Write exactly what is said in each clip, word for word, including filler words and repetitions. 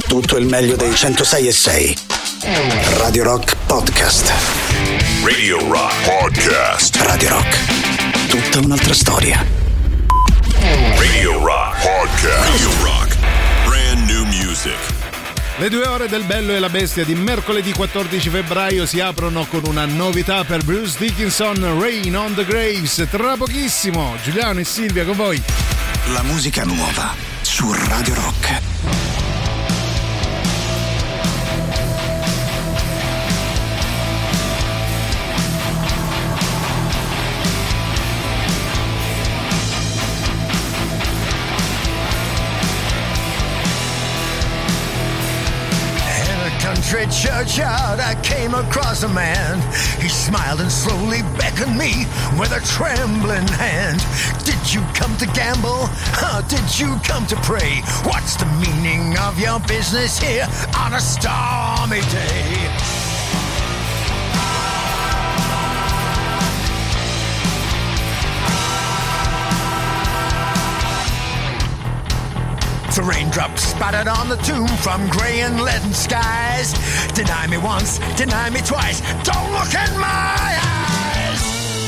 tutto il meglio dei centosei e sei. Radio Rock Podcast. Radio Rock Podcast. Radio Rock. Tutta un'altra storia. Radio Rock Podcast. Radio Rock. Brand new music. Le due ore del Bello e la Bestia di mercoledì quattordici febbraio si aprono con una novità per Bruce Dickinson, Rain on the Graves. Tra pochissimo, Giuliano e Silvia con voi. La musica nuova su Radio Rock. Country churchyard, I came across a man. He smiled and slowly beckoned me with a trembling hand. Did you come to gamble? Or did you come to pray? What's the meaning of your business here on a stormy day? The raindrops spattered on the tomb from grey and leaden skies. Deny me once, deny me twice, don't look in my eyes.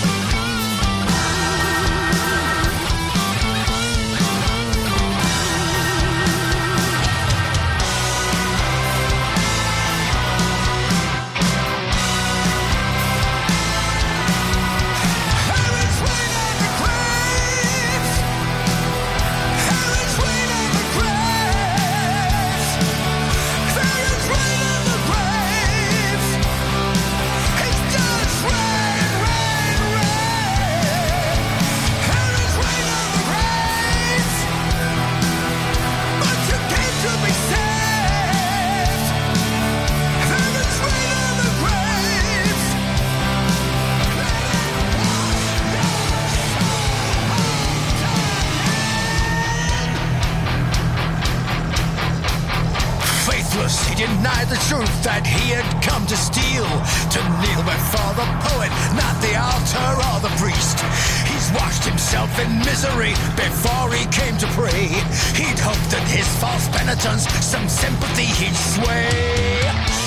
He denied the truth that he had come to steal, to kneel before the poet, not the altar or the priest. He's washed himself in misery before he came to pray. He'd hoped that his false penitence, some sympathy he'd sway.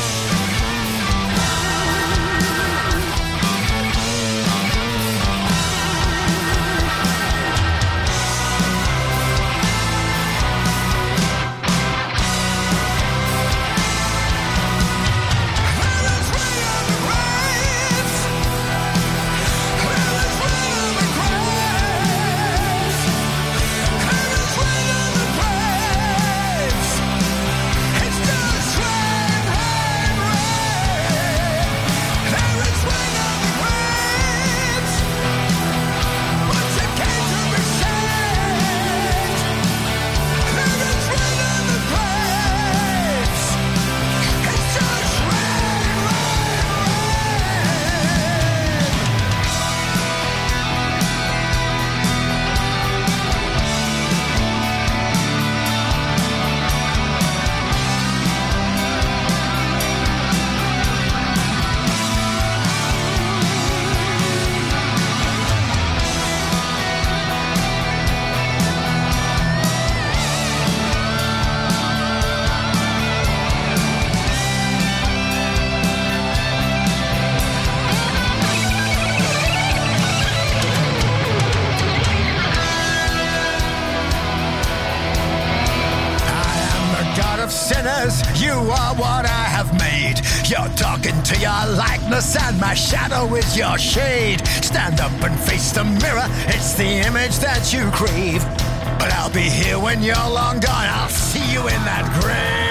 You are what I have made. You're talking to your likeness and my shadow is your shade. Stand up and face the mirror, it's the image that you crave. But I'll be here when you're long gone, I'll see you in that grave.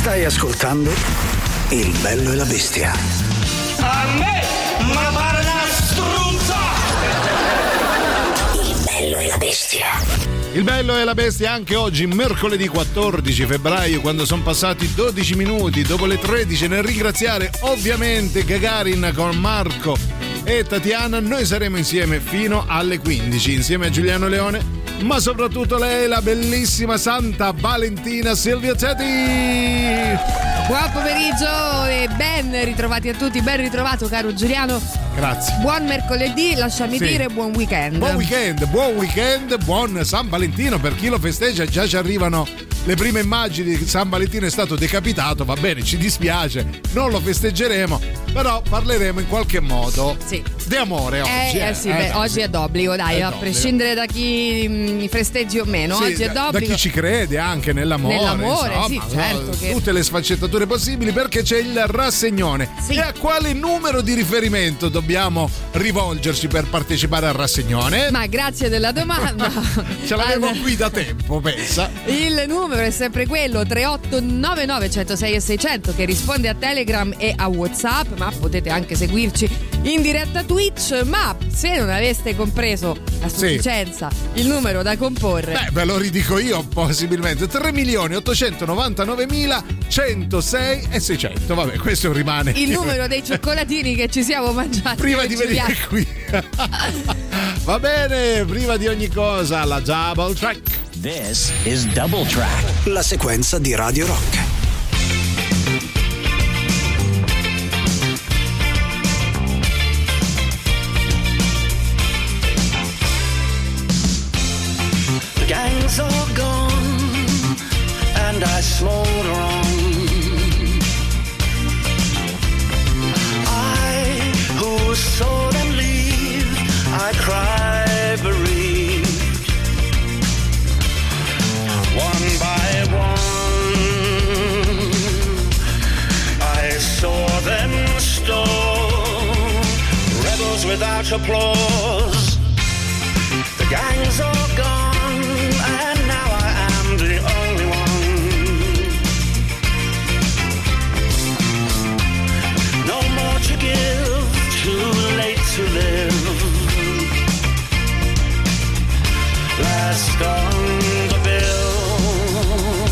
Stai ascoltando Il Bello e la Bestia. A me, ma pare una struzza! Il Bello e la Bestia. Il Bello e la Bestia anche oggi, mercoledì quattordici febbraio, quando sono passati dodici minuti dopo le tredici. Nel ringraziare ovviamente Gagarin con Marco e Tatiana, noi saremo insieme fino alle quindici, insieme a Giuliano Leone, ma soprattutto lei, la bellissima Santa Valentina Silvia Cetti. Buon pomeriggio e ben ritrovati a tutti, ben ritrovato caro Giuliano. Grazie. Buon mercoledì, lasciami Sì. dire buon weekend. Buon weekend, buon weekend, buon San Valentino per chi lo festeggia. Già ci arrivano le prime immagini di San Valentino è stato decapitato, va bene, ci dispiace, non lo festeggeremo, però parleremo in qualche modo Sì. di amore oggi. Eh, eh sì, eh, beh, eh, oggi sì. è d'obbligo, dai, È a d'obbligo. prescindere da chi mh, festeggi o meno, Sì, oggi è da, da d'obbligo. chi ci crede anche nell'amore, Nell'amore, insomma, sì, certo no, che- tutte le sfaccettature possibili, perché c'è il rassegnone. Sì. E a quale numero di riferimento dobbiamo rivolgerci per partecipare al rassegnone? Ma grazie della domanda. Ce l'avevo Allora, qui da tempo, pensa. il numero è sempre quello tre otto nove nove uno zero sei e seicento, che risponde a Telegram e a WhatsApp, ma potete anche seguirci in diretta Twitch. Ma se non aveste compreso a sufficienza il numero da comporre, Beh, ve lo ridico io possibilmente. tre milioni ottocentonovantanovemilacentosei e seicento. Vabbè, questo rimane il numero dei cioccolatini che ci siamo mangiati prima io e di venire Giuliano. qui. Va bene, prima di ogni cosa la double track. This is Double Track. La sequenza di Radio Rock. The gang's all gone, and I smolder on. I, who saw them leave, I cry bereaved. One by one, I saw them stone, rebels without applause. The gang's all gone, and now I am the only one. No more to give, too late to live. Last on the bill,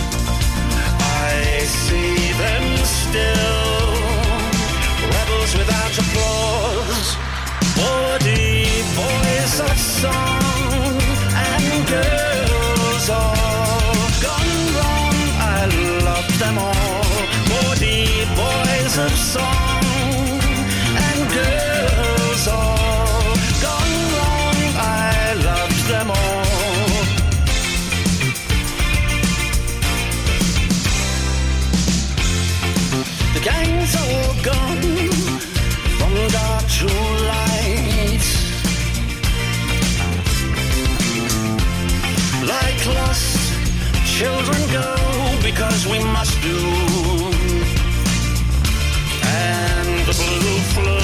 I see them still, rebels without applause. Forty boys of song and girls all gone wrong. I love them all. Forty boys of song and girls all gone wrong. I loved them all. The gang's all gone from dark to light, like lost children go, because we must do. And the blue flu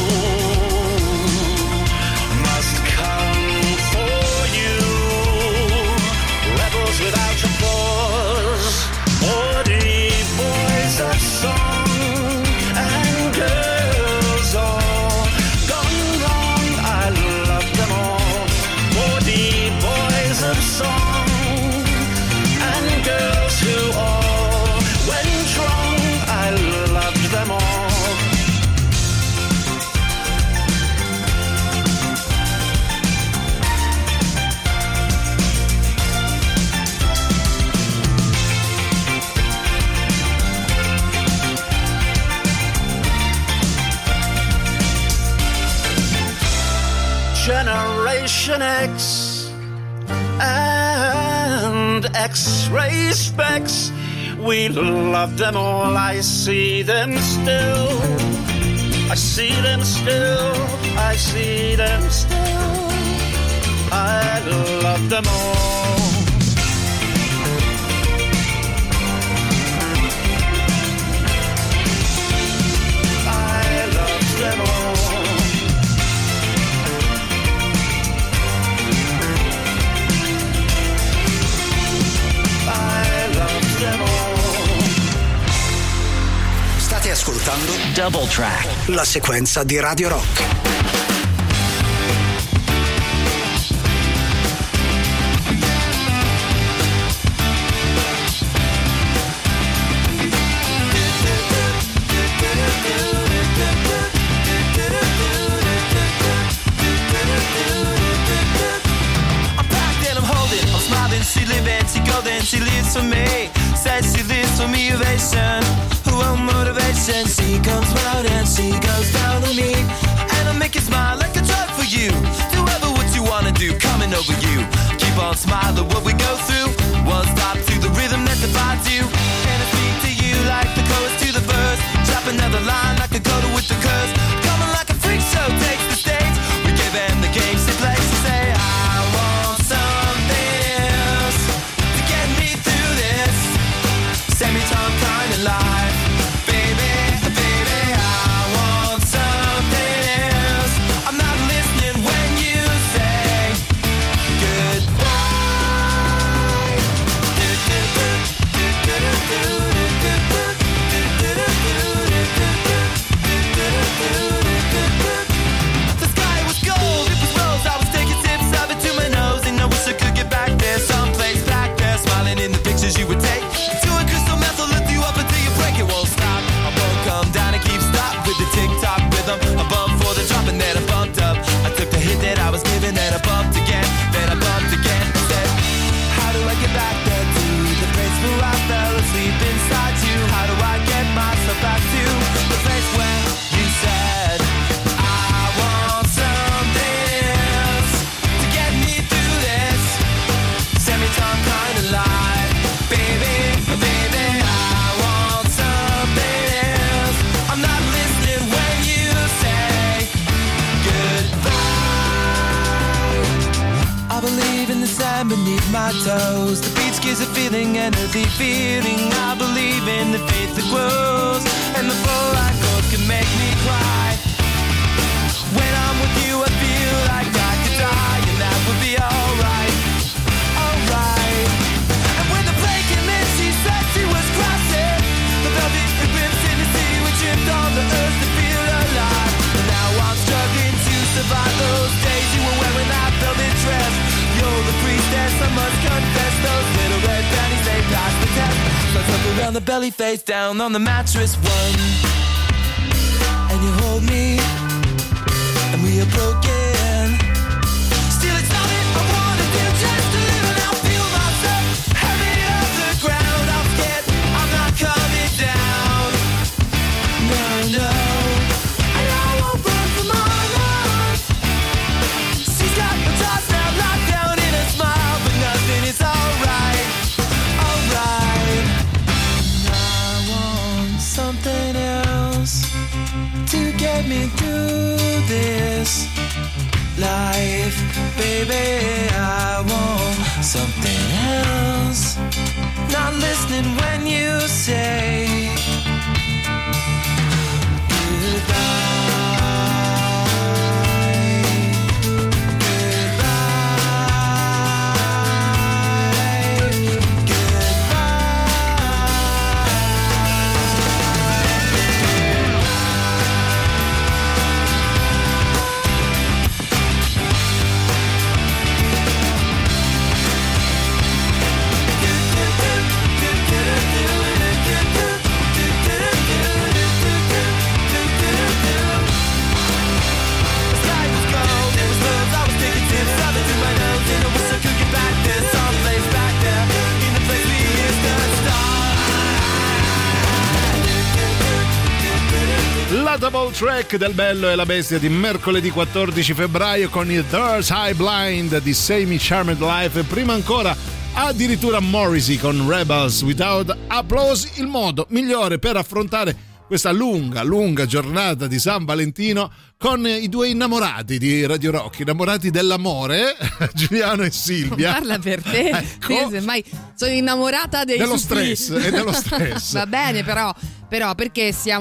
must come for you, rebels without applause. Forty boys of song and girls all gone wrong. I love them all. Forty boys of song and girls who all went wrong. I loved them all. Generation X and X-ray specs, we love them all. I see them still, I see them still, I see them still, I love them all. I love them all. I love them all. Double Track. La sequenza di Radio Rock. She living, she golden, she lives for me. Says she lives for me, ovation. Who want motivation? She comes round and she goes down on me. And I make you smile like a drug for you. Do ever what you wanna do, coming over you. Keep on smiling what we go through. One stop to the rhythm that divides you. And I speak to you like the chorus to the verse. Drop another line like a coda with the curse. Coming like a freak show takes the stage. We give them the game she plays. She say, I want something else to get me through this semi-time kind of life. Baby, baby, I want something else. I'm not listening when you say goodbye. The sky was gold, it was rose. I was taking sips of it to my nose, and I wish I could get back there, someplace back there, smiling in the pictures you would take. To a crystal meth, I'll lift you up until you break. It won't stop. I won't come down and keep stop with the tick-tock rhythm. I bumped for the drop and then I bumped up. I took the hit that I was given, then I bumped again, then I bumped again. I said, how do I get back there to the place where I fell asleep inside you? How do I get myself back to the place where you said I want something else to get me through this semi-time kind of life? Baby, baby, I want something else. I'm not listening when you say goodbye. I believe in the sand beneath my toes. The beach gives a feeling, energy feeling. I believe in the faith that grows, and the full light gold can make me cry. When I'm with you, I feel like I could die, and that would be alright, alright. And when the plane came in, she said she was crossing the velvet ribbons in the sea. We tripped on the earth to feel alive. And now I'm struggling to survive those days you were wearing that velvet dress. You're the priestess, I must confess. Those little red panties, they passed the test. So I took around the belly, face down on the mattress one, and you hold me, and we are broken. Still it's not it I wanna do, just to live and I'll feel myself heavy off the ground. I'm scared I'm not coming down. No, no, and I won't run from my life. She's got the toss now locked down in a smile, but nothing is alright, alright. I want something else to get me through this life. Baby, I want something else. Not listening when you say goodbye. La double track del Bello e la Bestia di mercoledì quattordici febbraio con il Third Eye Blind di Semi Charmed Life. Prima ancora addirittura Morrissey con Rebels Without Applause, il modo migliore per affrontare questa lunga, lunga giornata di San Valentino con i due innamorati di Radio Rock, innamorati dell'amore, Giuliano e Silvia. Parla per te, ecco. Io semmai sono innamorata dei dello supplì. stress e dello stress. Va bene, però, però perché siamo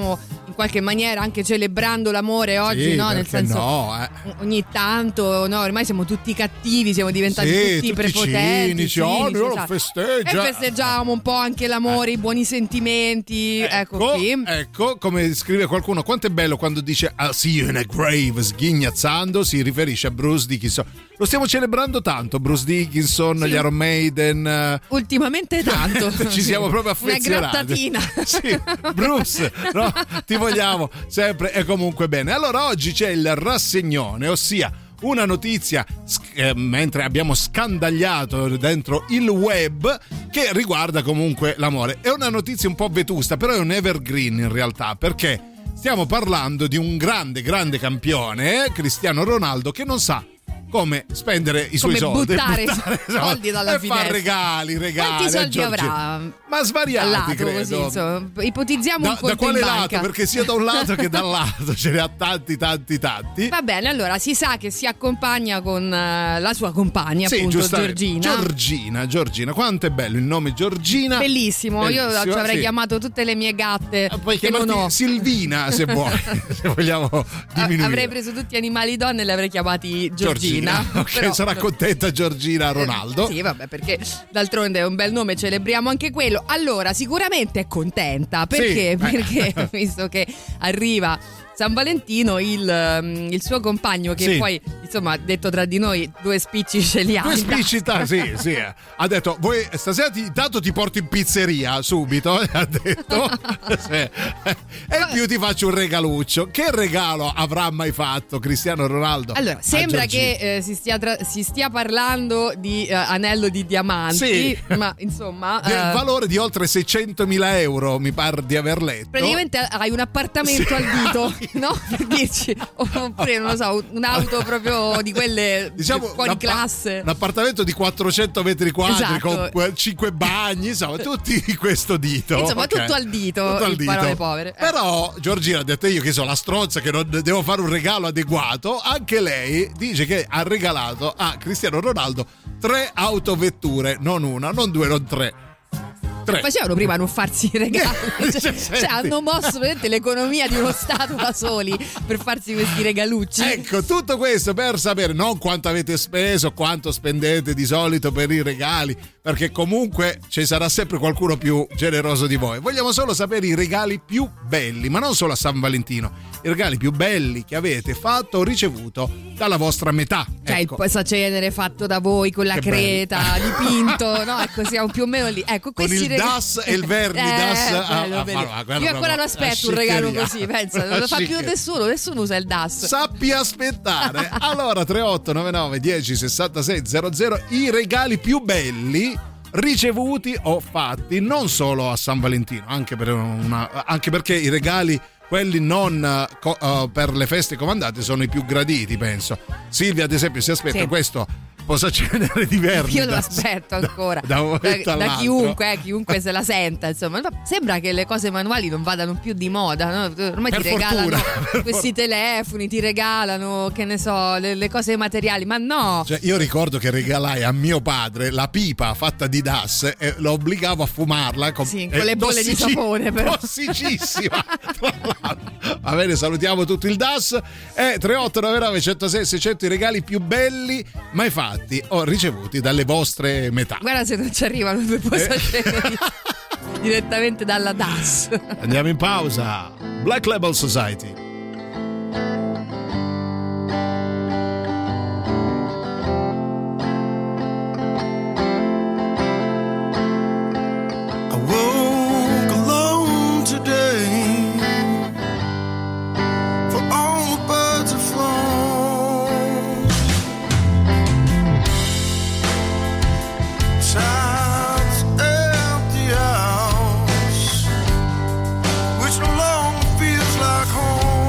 in qualche maniera anche celebrando l'amore oggi, sì, no? Nel senso, no, eh. ogni tanto, no, ormai siamo tutti cattivi, siamo diventati sì, tutti, tutti prepotenti, cinici, oh, io lo esatto. festeggia. E festeggiamo un po' anche l'amore, eh. i buoni sentimenti, ecco, ecco qui. Ecco, come scrive qualcuno, quanto è bello quando dice I'll see you in a grave, sghignazzando, si riferisce a Bruce Dickinson. Lo stiamo celebrando tanto, Bruce Dickinson, sì. gli Iron Maiden. Ultimamente tanto. Ci siamo proprio affezionati. Una grattatina. Sì, Bruce, no, ti vogliamo sempre e comunque bene. Allora oggi c'è il rassegnone, ossia una notizia eh, mentre abbiamo scandagliato dentro il web che riguarda comunque l'amore. È una notizia un po' vetusta, però è un evergreen in realtà, perché stiamo parlando di un grande, grande campione, eh, Cristiano Ronaldo, che non sa come spendere i suoi come soldi, buttare buttare soldi dalla e finestra. fare regali, regali. Quanti soldi avrà? Ma svariati, lato, credo. Così, insomma, ipotizziamo da, un conto da quale in lato? banca. Perché sia da un lato che dall'altro ce ne ha tanti, tanti, tanti. Va bene, allora si sa che si accompagna con uh, la sua compagna, sì, appunto, Giorgina. Giorgina, Giorgina, quanto è bello il nome Giorgina. Bellissimo, Bellissimo io ci avrei sì. chiamato tutte le mie gatte. Puoi che non ho. Silvina, se vuoi, se vogliamo diminuire. Avrei preso tutti animali donne e li avrei chiamati Giorgina. Giorgina. Ok, però, sarà contenta Giorgina Ronaldo. Eh, sì, vabbè, perché d'altronde è un bel nome, celebriamo anche quello. Allora, sicuramente è contenta, perché? Sì, perché visto che arriva San Valentino, il, il suo compagno, che sì. poi, insomma, detto tra di noi, due spicci ce li ha. Due spicci, ta, sì, sì. Ha detto, vuoi, stasera ti, intanto ti porto in pizzeria subito, ha detto. Sì. E in più ti faccio un regaluccio. Che regalo avrà mai fatto Cristiano Ronaldo? Allora, sembra che eh, si, stia tra- si stia parlando di uh, anello di diamanti, sì. ma insomma... Del uh, valore di oltre seicentomila euro, mi pare di aver letto. Praticamente hai un appartamento sì. al dito. No, per dirci, oppure non lo so, un'auto proprio di quelle diciamo fuori classe. Un appartamento di quattrocento metri quadri, esatto. con cinque bagni, insomma, tutti di questo dito. Insomma, okay. tutto al dito, tutto al dito. Parole povere. Eh. Però Giorgina ha detto, io che sono la stronza che non devo fare un regalo adeguato, anche lei dice che ha regalato a Cristiano Ronaldo tre autovetture, non una, non due, non tre. Tre. Facevano prima a non farsi i regali, cioè, cioè hanno mosso vedete, l'economia di uno stato da soli per farsi questi regalucci. Ecco, tutto questo per sapere non quanto avete speso, quanto spendete di solito per i regali, perché comunque ci sarà sempre qualcuno più generoso di voi. Vogliamo solo sapere i regali più belli, ma non solo a San Valentino, i regali più belli che avete fatto o ricevuto dalla vostra metà. Cioè ecco. il posacenere fatto da voi con la che creta, bello. Dipinto, no? Ecco, siamo più o meno lì. Ecco, con il das e il vernidas. Eh, ah, bello, ah, bello. ah, ah, io ancora lo aspetto un regalo così, pensa, non lo fa più nessuno, nessuno usa il das. Sappi aspettare. Allora tre otto nove nove uno zero sei sei zero zero i regali più belli ricevuti o fatti non solo a San Valentino, anche, per una, anche perché i regali quelli non uh, uh, per le feste comandate sono i più graditi, penso. Silvia ad esempio si aspetta sì. questo posacenere di vernidas. Io lo aspetto ancora da, da, da, da chiunque, eh, chiunque se la senta, insomma. Sembra che le cose manuali non vadano più di moda, no? Ormai per ti regalano fortuna, questi for... telefoni, ti regalano, che ne so, le, le cose materiali, ma no. Cioè, io ricordo che regalai a mio padre la pipa fatta di das e lo obbligavo a fumarla con, sì, con le bolle tossici... di sapone, però. Tossicissima. Va bene, salutiamo tutto il das e tre otto nove nove uno zero sei sei zero zero i regali più belli mai fatti o ricevuti dalle vostre metà. Guarda se non ci arrivano due posaceneri eh. direttamente dalla D A S. Andiamo in pausa. Black Label Society. I woke alone today, for all the birds have flown. Time's empty house, which no longer feels like home.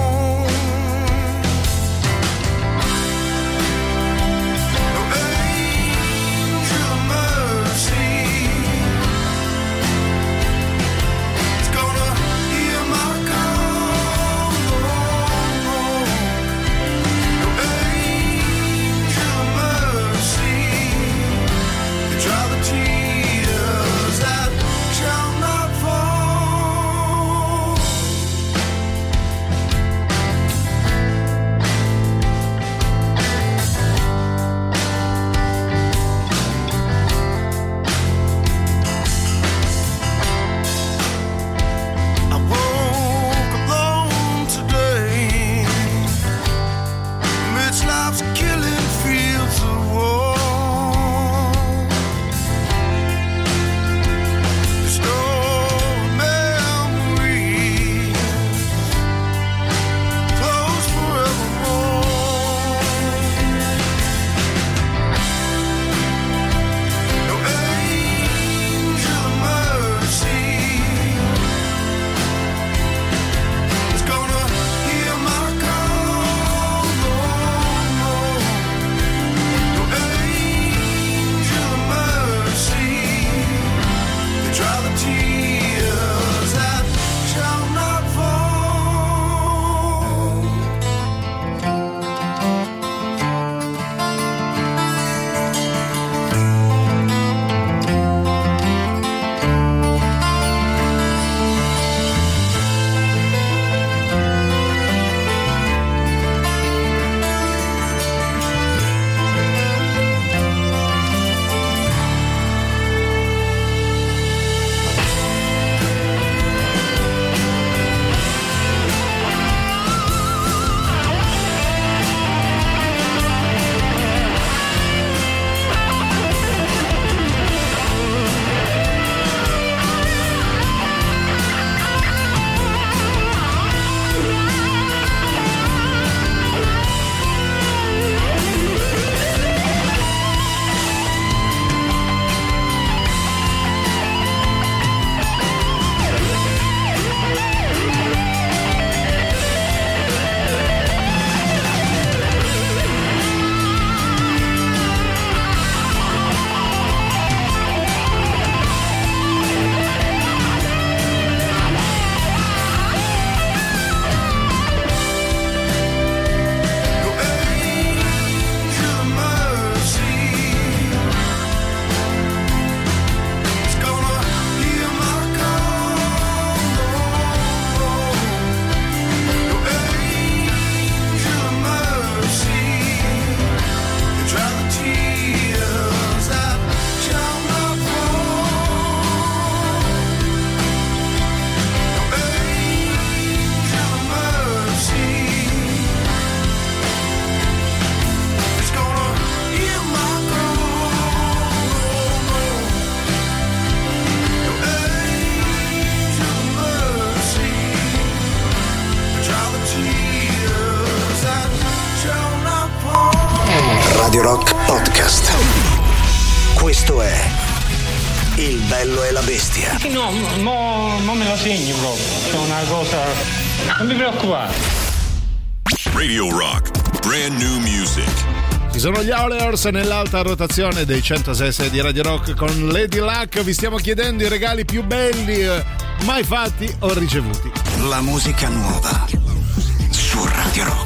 Podcast. Questo è Il Bello e la Bestia. No, no, non me la segni proprio. C'è una cosa. Non mi preoccupare. Radio Rock, brand new music. Ci sono gli Howlers nell'alta rotazione dei centosei e sei di Radio Rock con Lady Luck. Vi stiamo chiedendo i regali più belli mai fatti o ricevuti. La musica nuova su Radio Rock.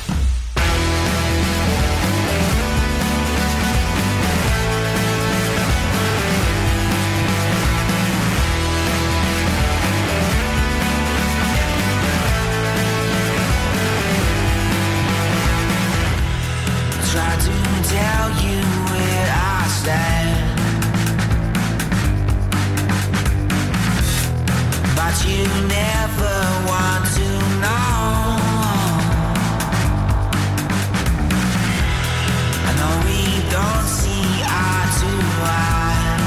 Tell you where I stand, but you never want to know. I know we don't see eye to eye.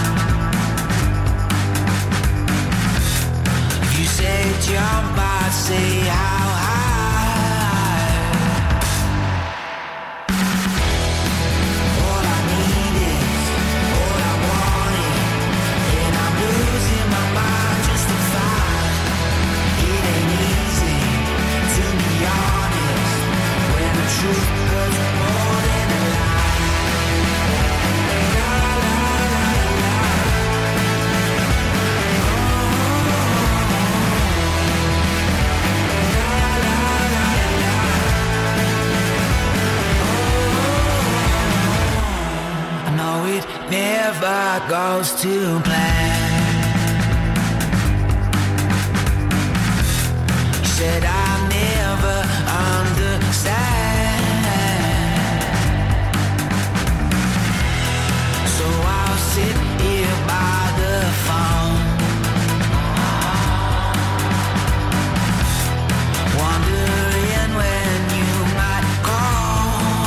If you say jump, I'd say how high. Never goes to plan. You said I'll never understand, so I'll sit here by the phone, wondering when you might call.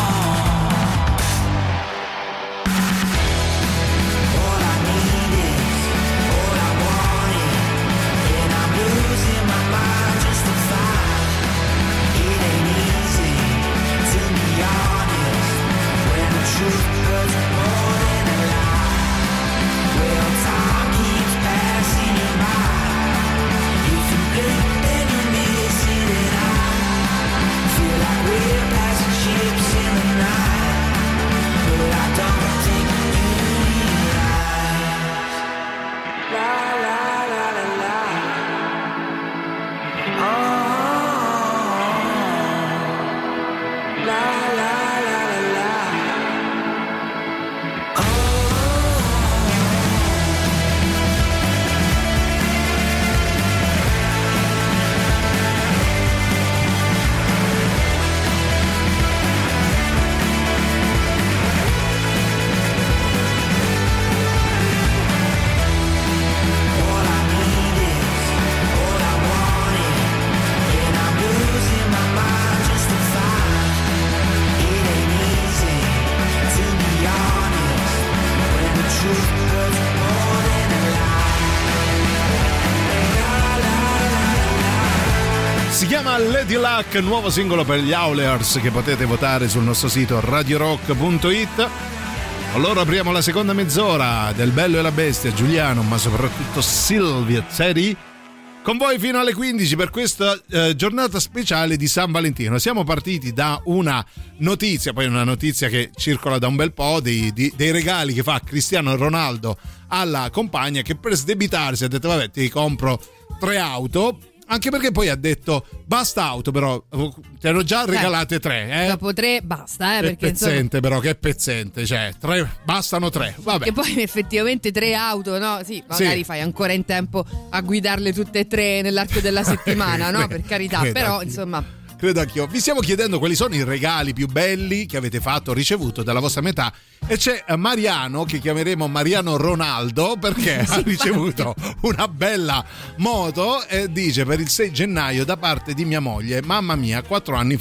Lady Luck, nuovo singolo per gli Howlers che potete votare sul nostro sito radio rock punto it. Allora apriamo la seconda mezz'ora del Bello e la Bestia, Giuliano, ma soprattutto Silvia Teddy, con voi fino alle quindici per questa eh, giornata speciale di San Valentino. Siamo partiti da una notizia, poi una notizia che circola da un bel po', dei, di, dei regali che fa Cristiano Ronaldo alla compagna, che per sdebitarsi ha detto vabbè ti compro tre auto. Anche perché poi ha detto basta auto, però ti hanno già regalate tre, eh? Dopo tre basta, eh? Che Perché pezzente, insomma... però che pezzente, cioè tre, bastano tre, vabbè. E poi effettivamente tre auto, no? Sì, magari sì. Fai ancora in tempo a guidarle tutte e tre nell'arco della settimana, no? Per carità, però insomma... Credo anch'io. Vi stiamo chiedendo quali sono i regali più belli che avete fatto o ricevuto dalla vostra metà, e c'è Mariano, che chiameremo Mariano Ronaldo, perché sì, ha ricevuto infatti. una bella moto e dice: per il sei gennaio da parte di mia moglie, mamma mia, quattro anni fa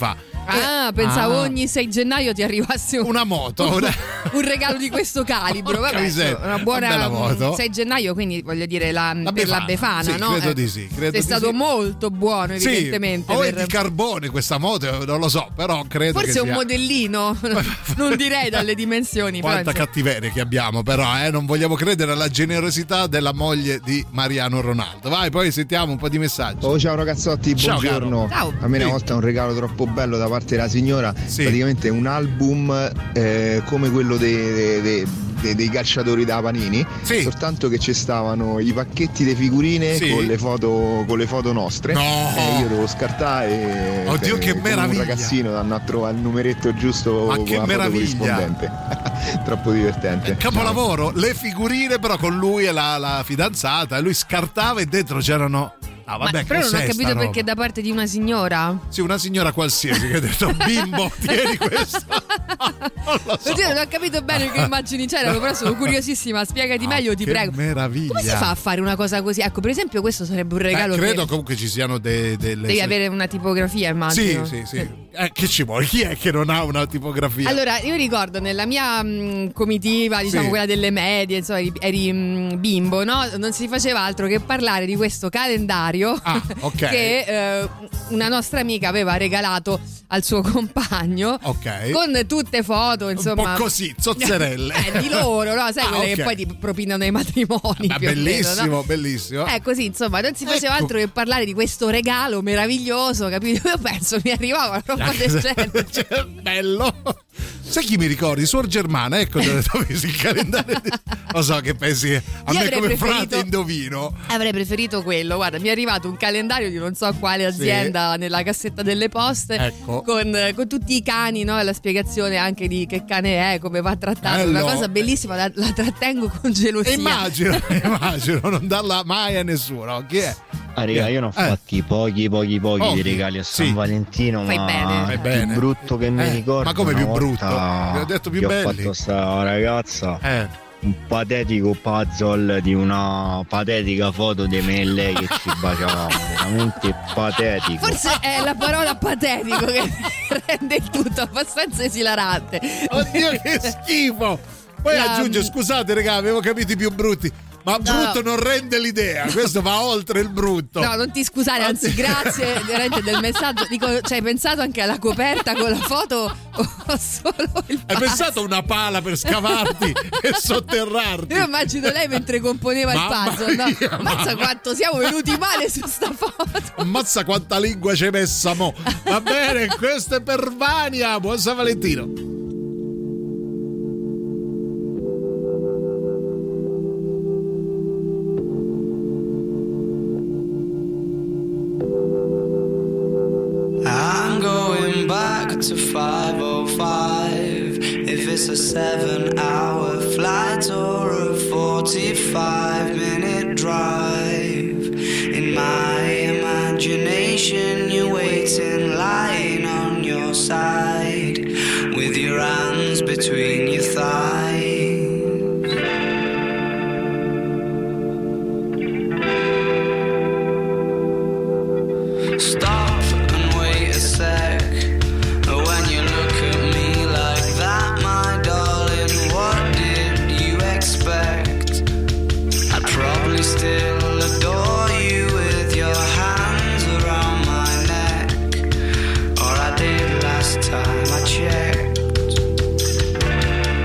Ah, pensavo Ah. ogni sei gennaio ti arrivasse un, Una moto, una- un regalo di questo calibro. Porca Vabbè, miseria, una buona una bella moto. sei gennaio, quindi voglio dire la, La per la Befana, Befana, sì, no? credo Eh, di sì, credo sei di stato sì. molto buono, Sì, evidentemente. o è per- di carbone questa moto, non lo so, però credo Forse che è un sia... modellino, non direi dalle dimensioni. però, Quanta insomma. cattiveria che abbiamo, però, eh, non vogliamo credere alla generosità della moglie di Mariano Ronaldo. Vai, poi sentiamo un po' di messaggi. Oh, ciao ragazzotti, Ciao, buongiorno. caro. Ciao. A me una Sì. volta un regalo troppo bello da parte della signora, Sì. praticamente un album eh, come quello dei, dei- dei- dei- dei calciatori da Panini, Sì. soltanto che ci stavano i pacchetti di figurine Sì. con le foto con le foto nostre. No. E io devo scartare e Oddio, che come meraviglia. un ragazzino danno a trovare il numeretto giusto Ma con che la foto meraviglia. corrispondente. Troppo divertente. Capolavoro, le figurine però con lui e la, la fidanzata, e lui scartava e dentro c'erano... Ah, vabbè, Ma però non ho cos'è sta capito roba? perché da parte di una signora. Sì, una signora qualsiasi che ha detto bimbo, tieni questo. Non lo so. Oddio, non ho capito bene che immagini c'erano, però sono curiosissima. Spiegati Ah, meglio, ti che prego. meraviglia. Come si fa a fare una cosa così? Ecco, per esempio, questo sarebbe un Eh, regalo. credo che comunque ci siano de- delle... devi avere una tipografia, Sì, immagino. sì, sì. Eh, che ci vuole? Chi è che non ha una tipografia? Allora, io ricordo nella mia mh, comitiva, diciamo Sì. quella delle medie, insomma, eri, eri, mh, bimbo, no? Non si faceva altro che parlare di questo calendario Ah, ok. che eh, una nostra amica aveva regalato al suo compagno. Ok. Con tutte foto, insomma. Un po' così, zozzerelle. eh, di loro, no? Sai Ah, quelle ok. che poi ti propinano i matrimoni. Ma più o meno, bellissimo, no? bellissimo. Eh, così, insomma, non si faceva Ecco. altro che parlare di questo regalo meraviglioso, capito? Io penso mi arrivava una roba del genere. Cioè, bello. Sai chi mi ricordi? Suor Germana, ecco dove trovi il calendario. Lo so che pensi a Io me avrei come preferito- frate indovino. Avrei preferito quello. Guarda, mi è arrivato un calendario di non so quale azienda nella cassetta delle poste, Ecco. con, con tutti i cani, no? E la spiegazione anche di che cane è, come va trattato. Bello. Una cosa bellissima, la, la trattengo con gelosia. E immagino, immagino, non darla mai a nessuno. Chi è? Ah, raga, io ne ho Eh. fatti pochi, pochi, pochi Pochi, di regali a San sì. Valentino, Fai ma bene. Fai il bene. più brutto che mi Eh, ricordo. ma come una più volta brutto? Mi ha detto più che belli. Ho fatto sta ragazza Eh. un patetico puzzle di una patetica foto di me e lei che ci baciavamo, veramente patetico. Forse è la parola patetico che rende il tutto abbastanza esilarante. Oddio, che schifo! Poi La- aggiunge, scusate, raga, avevo capito i più brutti. Ma brutto no. non rende l'idea, questo va oltre il brutto. No, non ti scusare, anzi, grazie veramente del messaggio. Dico, cioè, hai pensato anche alla coperta con la foto o solo il Hai pass? pensato a una pala per scavarti e sotterrarti? Io immagino lei mentre componeva Mamma il puzzle, no? mia, Ammazza mamma. quanto siamo venuti male su sta foto. Ammazza quanta lingua ci hai messa mo. Va bene, questo è per Vania. Buon San Valentino. I'm going back to five oh five. If it's a seven hour flight or a forty-five minute drive. In my imagination, you're waiting, lying on your side, with your hands between your thighs. Stop and wait a sec. When you look at me like that, my darling, what did you expect? I'd probably still adore you with your hands around my neck, or I did last time I checked.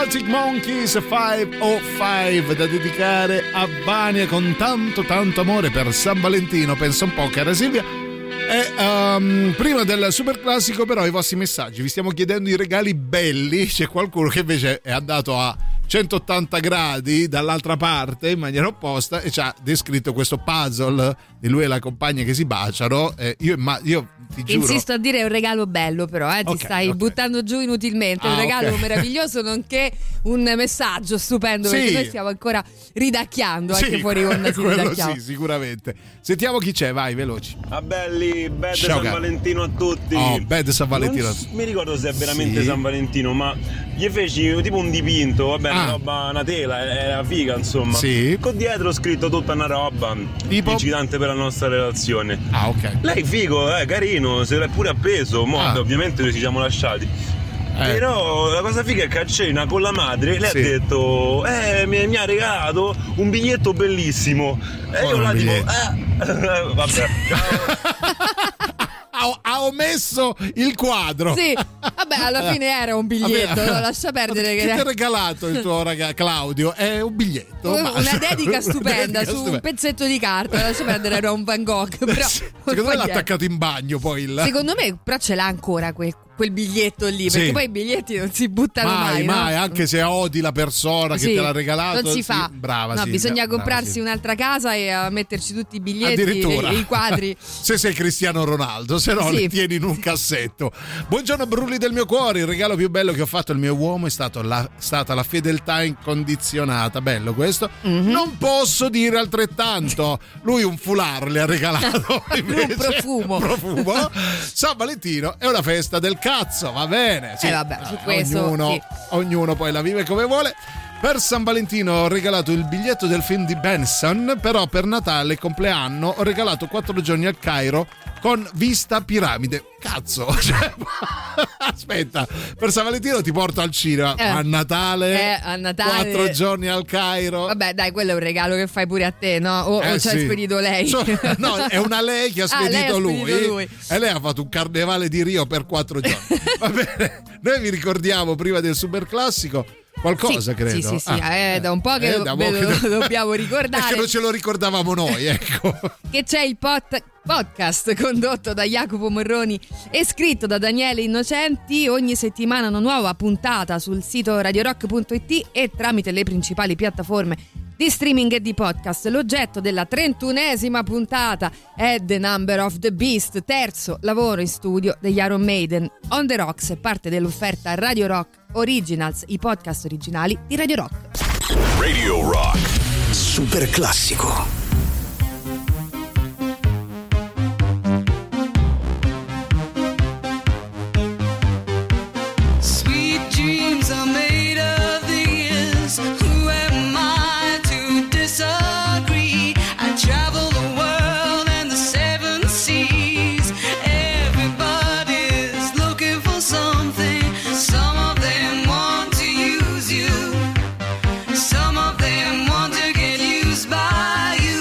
Arctic Monkeys cinquecentocinque da dedicare a Vania con tanto tanto amore per San Valentino. Pensa un po', cara Silvia. E um, prima del super classico però i vostri messaggi, vi stiamo chiedendo i regali belli. C'è qualcuno che invece è andato a centottanta gradi dall'altra parte in maniera opposta e ci ha descritto questo puzzle di lui e la compagna che si baciano. eh, io, ma, io ti giuro, insisto a dire è un regalo bello, però eh, ti okay, stai okay. buttando giù inutilmente. È ah, un regalo okay. meraviglioso nonché un messaggio stupendo, sì. perché noi stiamo ancora ridacchiando, sì, anche fuori onda si quello ridacchiamo. sì, sicuramente. Sentiamo chi c'è, vai, veloci. Ah belli, bad Ciao, San cara. Valentino a tutti. Oh, bad San Valentino. Non mi ricordo se è veramente sì. San Valentino, ma gli feci tipo un dipinto, vabbè, ah. una roba, una tela, era figa insomma. Sì. Con dietro ho scritto tutta una roba tipo? incitante per la nostra relazione. Ah, ok. Lei figo, eh, carino, se l'è pure appeso, mo ah. ovviamente noi ci siamo lasciati. Eh. Però la cosa figa è che a cena con la madre lei sì. ha detto eh mi, mi ha regalato un biglietto bellissimo e oh, io la tipo eh vabbè ha, ha omesso il quadro. Sì, vabbè, alla fine era un biglietto, vabbè, no? Lascia perdere che che ti ha regalato il tuo ragazzo Claudio? È un biglietto, una basta. dedica stupenda Una dedica su stupenda. un pezzetto di carta. Lascia perdere, era un Van Gogh, però secondo me l'ha attaccato in bagno poi il... secondo me però ce l'ha ancora quel, quel biglietto lì, perché sì. poi i biglietti non si buttano mai mai, mai no? anche se odi la persona che sì, te l'ha regalato non si fa. Sì, brava no, sì, bisogna brava, comprarsi sì. un'altra casa e uh, metterci tutti i biglietti addirittura e i quadri. se sei Cristiano Ronaldo, se no sì. li tieni in un cassetto. Buongiorno Brulli del mio cuore, il regalo più bello che ho fatto al mio uomo è stato la, stata la fedeltà incondizionata. Bello questo. Mm-hmm. Non posso dire altrettanto, lui un foulard le ha regalato invece, un profumo profumo. San Valentino è una festa del cazzo, va bene sì. eh vabbè, su eh, questo ognuno, sì. ognuno poi la vive come vuole. Per San Valentino ho regalato il biglietto del film di Benson, però per Natale e compleanno ho regalato quattro giorni al Cairo con vista piramide. Cazzo, cioè, aspetta, per San Valentino ti porto al cinema, eh. a Natale, eh, a Natale quattro giorni al Cairo. Vabbè dai, quello è un regalo che fai pure a te, no? O, eh, o ci hai sì. spedito lei? So, no, è una lei che ha spedito, ah, lei ha lui, spedito lui e lei ha fatto un carnevale di Rio per quattro giorni. Va bene, noi vi ricordiamo prima del super classico qualcosa, sì, credo. Sì, sì, sì, ah, è da un po' che eh, lo, da ve lo che... dobbiamo ricordare. È che non ce lo ricordavamo noi, ecco. Che c'è il pot- podcast condotto da Jacopo Morroni e scritto da Daniele Innocenti. Ogni settimana una nuova puntata sul sito radiorock punto it e tramite le principali piattaforme di streaming e di podcast. L'oggetto della trentunesima puntata è The Number of the Beast, terzo lavoro in studio degli Iron Maiden. On the Rocks è parte dell'offerta Radio Rock Originals, i podcast originali di Radio Rock. Radio Rock Super classico. Some of them want to get used by you.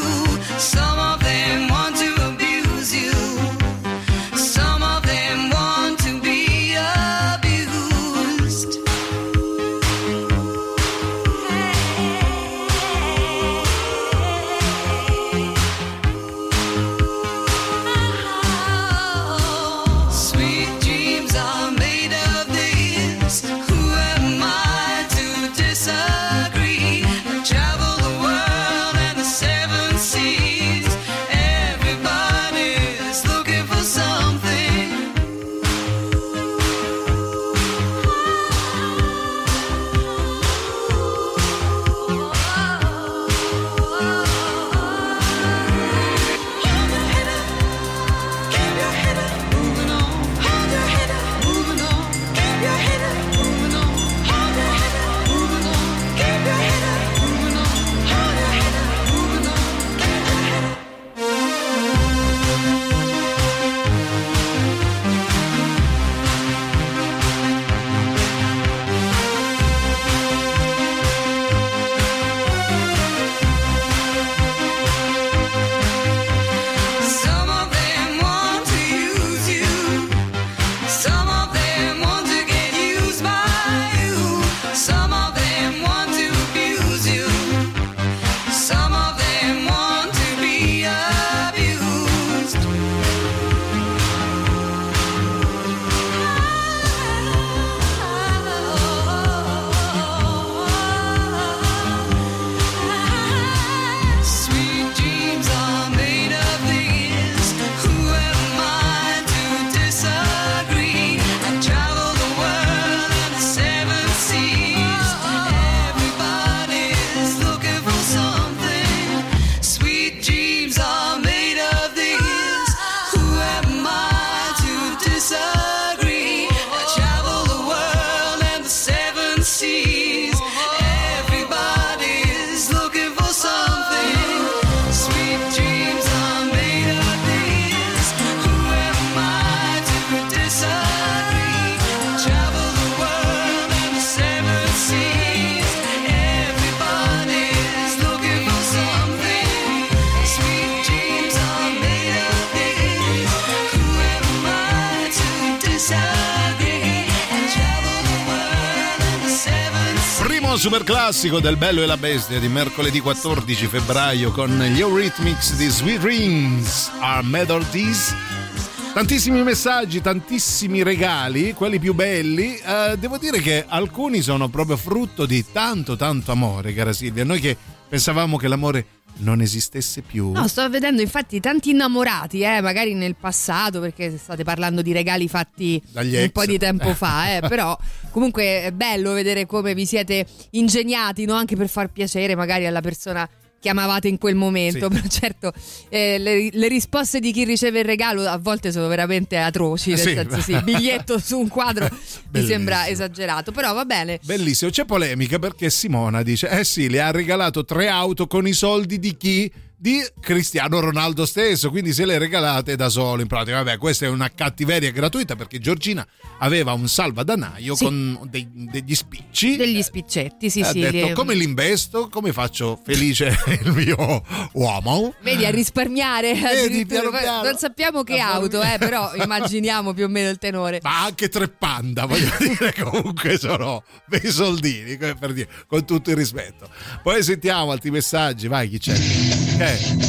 Brano super classico del Bello e la Bestia di mercoledì quattordici febbraio con gli Eurythmics di Sweet Dreams Are Melodies. Tantissimi messaggi, tantissimi regali, quelli più belli. Eh, devo dire che alcuni sono proprio frutto di tanto tanto amore, cara Silvia. Noi che pensavamo che l'amore non esistesse più. No, sto vedendo infatti tanti innamorati, eh, magari nel passato, perché state parlando di regali fatti dagli un ex. po' di tempo fa, eh, però comunque è bello vedere come vi siete ingegnati, no? Anche per far piacere magari alla persona che amavate in quel momento. Sì. Però certo eh, le, le risposte di chi riceve il regalo a volte sono veramente atroci, nel Sì. senso sì, biglietto su un quadro mi sembra esagerato, però va bene. Bellissimo, c'è polemica perché Simona dice eh sì, le ha regalato tre auto con i soldi di chi? Di Cristiano Ronaldo stesso, quindi se le regalate da solo in pratica. Vabbè, questa è una cattiveria gratuita perché Giorgina aveva un salvadanaio Sì. con dei- degli spicci, Degli spiccetti, sì ha sì. detto li- come li investo, come faccio felice il mio uomo. Vedi, a risparmiare Vedi, addirittura. piano piano. Non sappiamo che La auto, eh, però immaginiamo più o meno il tenore. Ma anche tre Panda, voglio dire, comunque sono bei soldini, come per dire, con tutto il rispetto. Poi sentiamo altri messaggi, vai, chi c'è? Eh.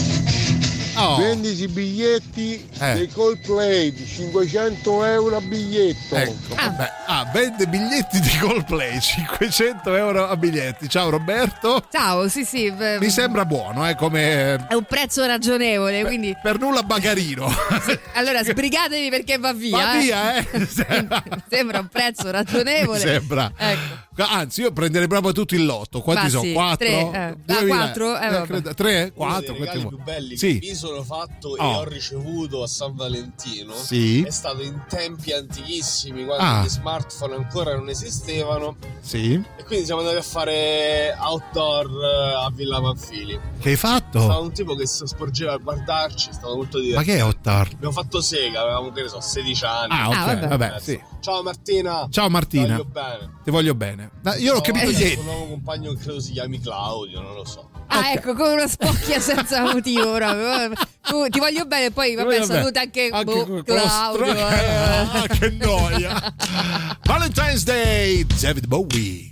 Oh. vendici biglietti Eh. dei Coldplay di cinquecento euro a biglietto. Ecco, vabbè. Ah, vende biglietti di Coldplay, cinquecento euro a biglietti. Ciao Roberto. Ciao, sì sì. v- Mi sembra buono, eh, come È un prezzo ragionevole, quindi per nulla bagarino. allora sbrigatevi perché va via. Va eh. via, eh. Sembra un prezzo Mi ragionevole. sembra. Ecco. Anzi, io prenderei proprio tutto il lotto. Quanti Ma sono? sì, Quattro? tre, eh. Due Ah, mila- quattro? Eh, eh, vabbè. credo- Tre? Uno Quattro? dei Quanti regali vuoi? più belli Sì. che mi sono fatto e Oh. ho ricevuto a San Valentino Sì. è stato in tempi antichissimi, quando Ah. gli smartphone ancora non esistevano, Sì. e quindi siamo andati a fare outdoor eh, a Villa Panfili. Che hai Stava fatto? un tipo che si sporgeva a guardarci, è stato molto divertente. Ma che è Ottar? Abbiamo fatto sega, avevamo che ne so, sedici anni. Ah, ok, Ah, vabbè. vabbè, Adesso. sì. Ciao Martina. Ciao Martina. Voglio bene. Ti voglio bene. Ma io l'ho No, capito ho ieri. un nuovo compagno che credo si chiami Claudio, non lo so. Ah, ecco, come una spocchia senza motivo proprio. Tu, ti voglio bene, poi vabbè, voglio bene. saluta anche, Anche boh, con lo Claudio. stro- eh. Ah, che noia. Valentine's Day, David Bowie.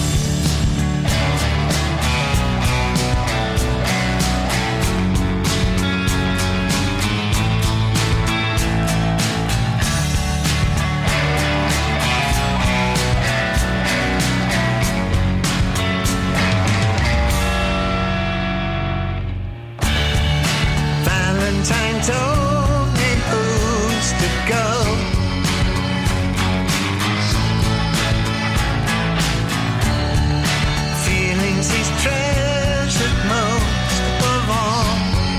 Valentine told me who's to go. Feelings he's treasured most of all.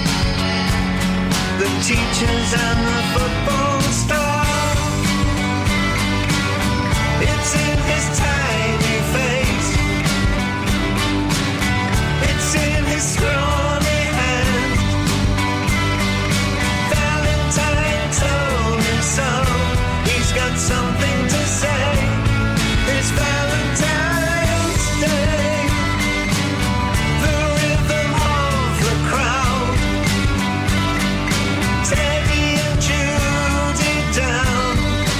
The teachers and the football star. It's in his tiny face. It's in his scrawny hand. Valentine told him so. He's got something to say. It's Valentine's Day. The rhythm of the crowd. Teddy and Judy down.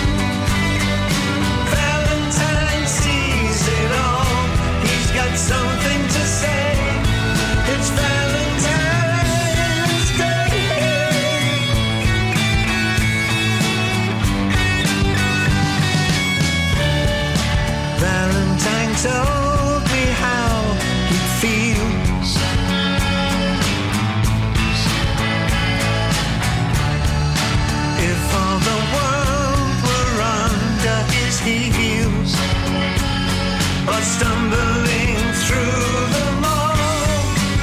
Valentine sees it all. He's got something to say. It's Valentine's Day. Valentine told me how he feels. If all the world were under his heels, or stumbling through the mall,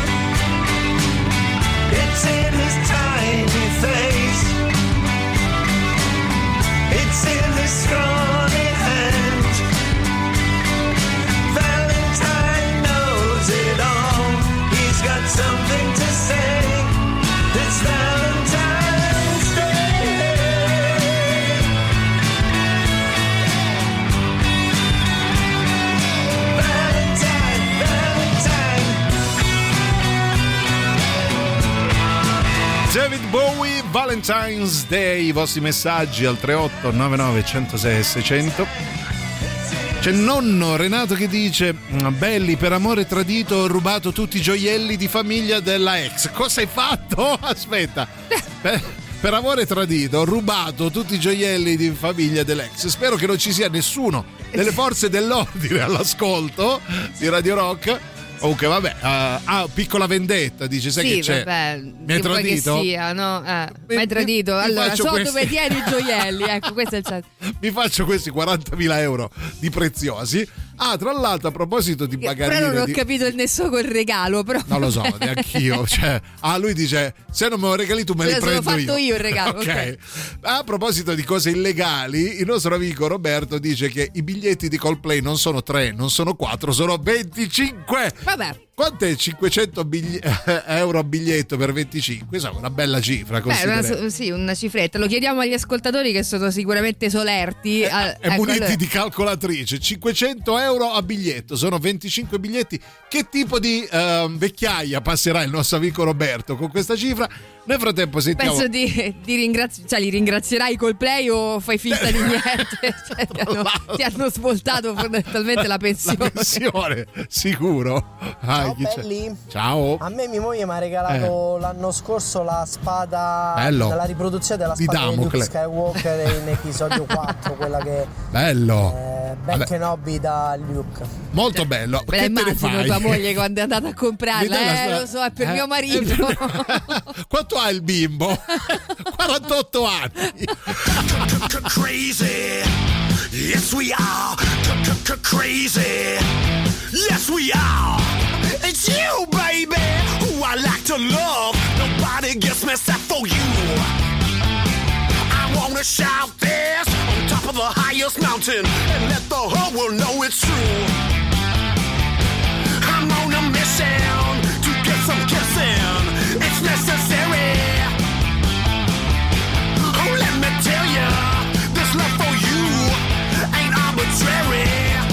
it's in his tiny face. It's in his scrawny hand. Valentine knows it all. He's got something to say. It's Valentine's Day. Valentine, Valentine. David Bowie, Valentine's Day. I vostri messaggi al tre otto nove nove uno zero sei sei zero zero. C'è nonno Renato che dice: belli, per amore tradito ho rubato tutti i gioielli di famiglia della ex. Cosa hai fatto? Aspetta. Per, per amore tradito ho rubato tutti i gioielli di famiglia dell'ex. Spero che non ci sia nessuno delle forze dell'ordine all'ascolto di Radio Rock. Comunque vabbè, uh, ah, piccola vendetta, dice, sai sì, che c'è? Vabbè, mi hai tradito? Che sia, no? Eh, mi hai tradito. mi, allora, mi so questi... dove tieni i gioielli, ecco, questo è il centro. Mi faccio questi quarantamila euro di preziosi. Ah, tra l'altro, a proposito di bagarine, però non ho di... capito il nesso col regalo, però non lo so, neanch'io. Cioè, ah, lui dice: se non me lo regali tu me li prendo fatto io. fatto io il regalo. Okay. Okay. A proposito di cose illegali, il nostro amico Roberto dice che i biglietti di Coldplay non sono tre, non sono quattro, sono venticinque. Vabbè. Quanto è cinquecento bigli- euro a biglietto per venticinque? Insomma, una bella cifra. Beh, una, sì, una cifretta. Lo chiediamo agli ascoltatori che sono sicuramente solerti. E, ah, e muniti allora... di calcolatrice. cinquecento euro a biglietto, sono venticinque biglietti. Che tipo di uh, vecchiaia passerà il nostro amico Roberto con questa cifra? Nel frattempo sentiamo. Penso di, di ringrazi- cioè, li ringrazierai Coldplay o fai finta di niente? Cioè, ti, hanno, ti hanno svoltato fondamentalmente la pensione. La pensione, sicuro. Ah, ciao belli. Ciao. A me mia moglie mi ha regalato eh. l'anno scorso la spada, bello, della riproduzione della spada di, di Luke Skywalker in episodio quattro, quella che bello. Eh, Ben Kenobi da Luke. Molto bello. Me la immagino tua moglie quando è andata a comprarla, eh, la... lo so, è per eh, mio marito. Quanto ha il bimbo? quarantotto anni. Crazy. Yes we are. Crazy. Yes we are. It's you, baby, who I like to love. Nobody gets me except for you. I wanna shout this on top of the highest mountain and let the whole world know it's true. I'm on a mission to get some kissing. It's necessary. Oh, let me tell ya, this love for you ain't arbitrary.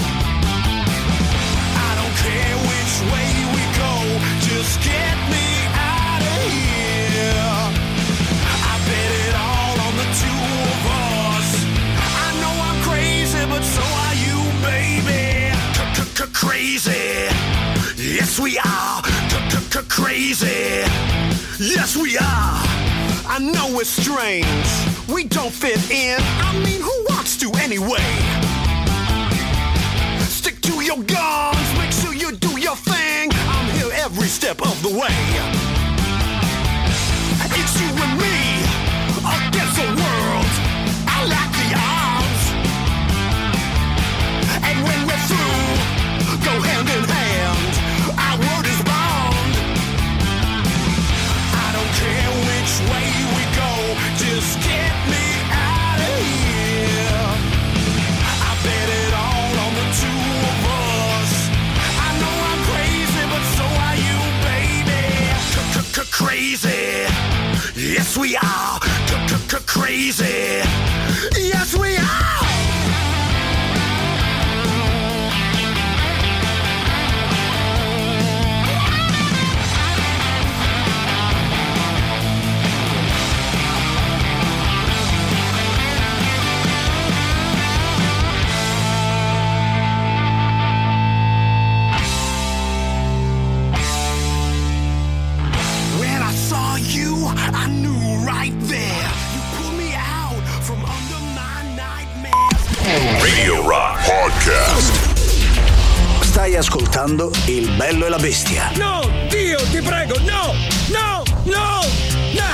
I don't care which way we go, just get me out of here. I bet it all on the two of us. I know I'm crazy, but so are you, baby. Crazy. Yes, we are. Crazy. Yes, we are. I know it's strange. We don't fit in. I mean, who wants to anyway? Stick to your guns. Make sure you do your thing. I'm here every step of the way. It's you and me against the world. I like the odds. And when we're through, go hand in hand. Our word is bond. I don't care which way we go, just get me out of here. I bet it all on the two of us. I know I'm crazy, but so are you, baby. Crazy. Yes, we are. Crazy. Yes, we are. I knew right there. You pulled me out from under my nightmares. Radio Rock Podcast. Stai ascoltando Il Bello e la Bestia. No, Dio, ti prego, no, no, no, no!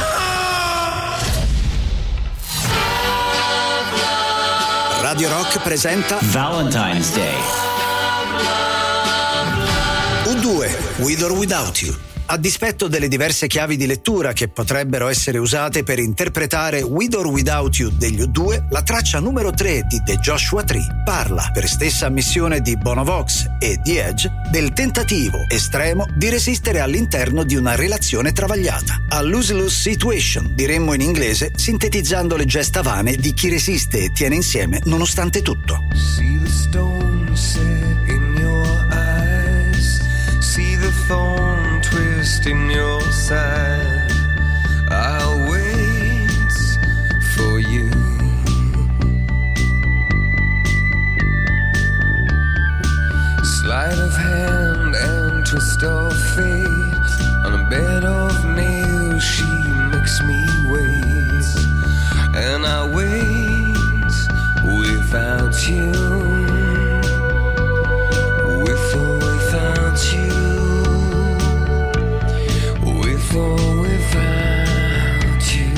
Radio Rock presenta Valentine's Day. U due, With or Without You. A dispetto delle diverse chiavi di lettura che potrebbero essere usate per interpretare With or Without You degli U due, la traccia numero tre di The Joshua Tree parla, per stessa ammissione di Bono Vox e The Edge, del tentativo estremo di resistere all'interno di una relazione travagliata. A lose-lose situation, diremmo in inglese, sintetizzando le gesta vane di chi resiste e tiene insieme nonostante tutto. See the stone set in your eyes, see the thorn twist in your side. I'll wait for you. and I wait without you, with or without you, with or without you.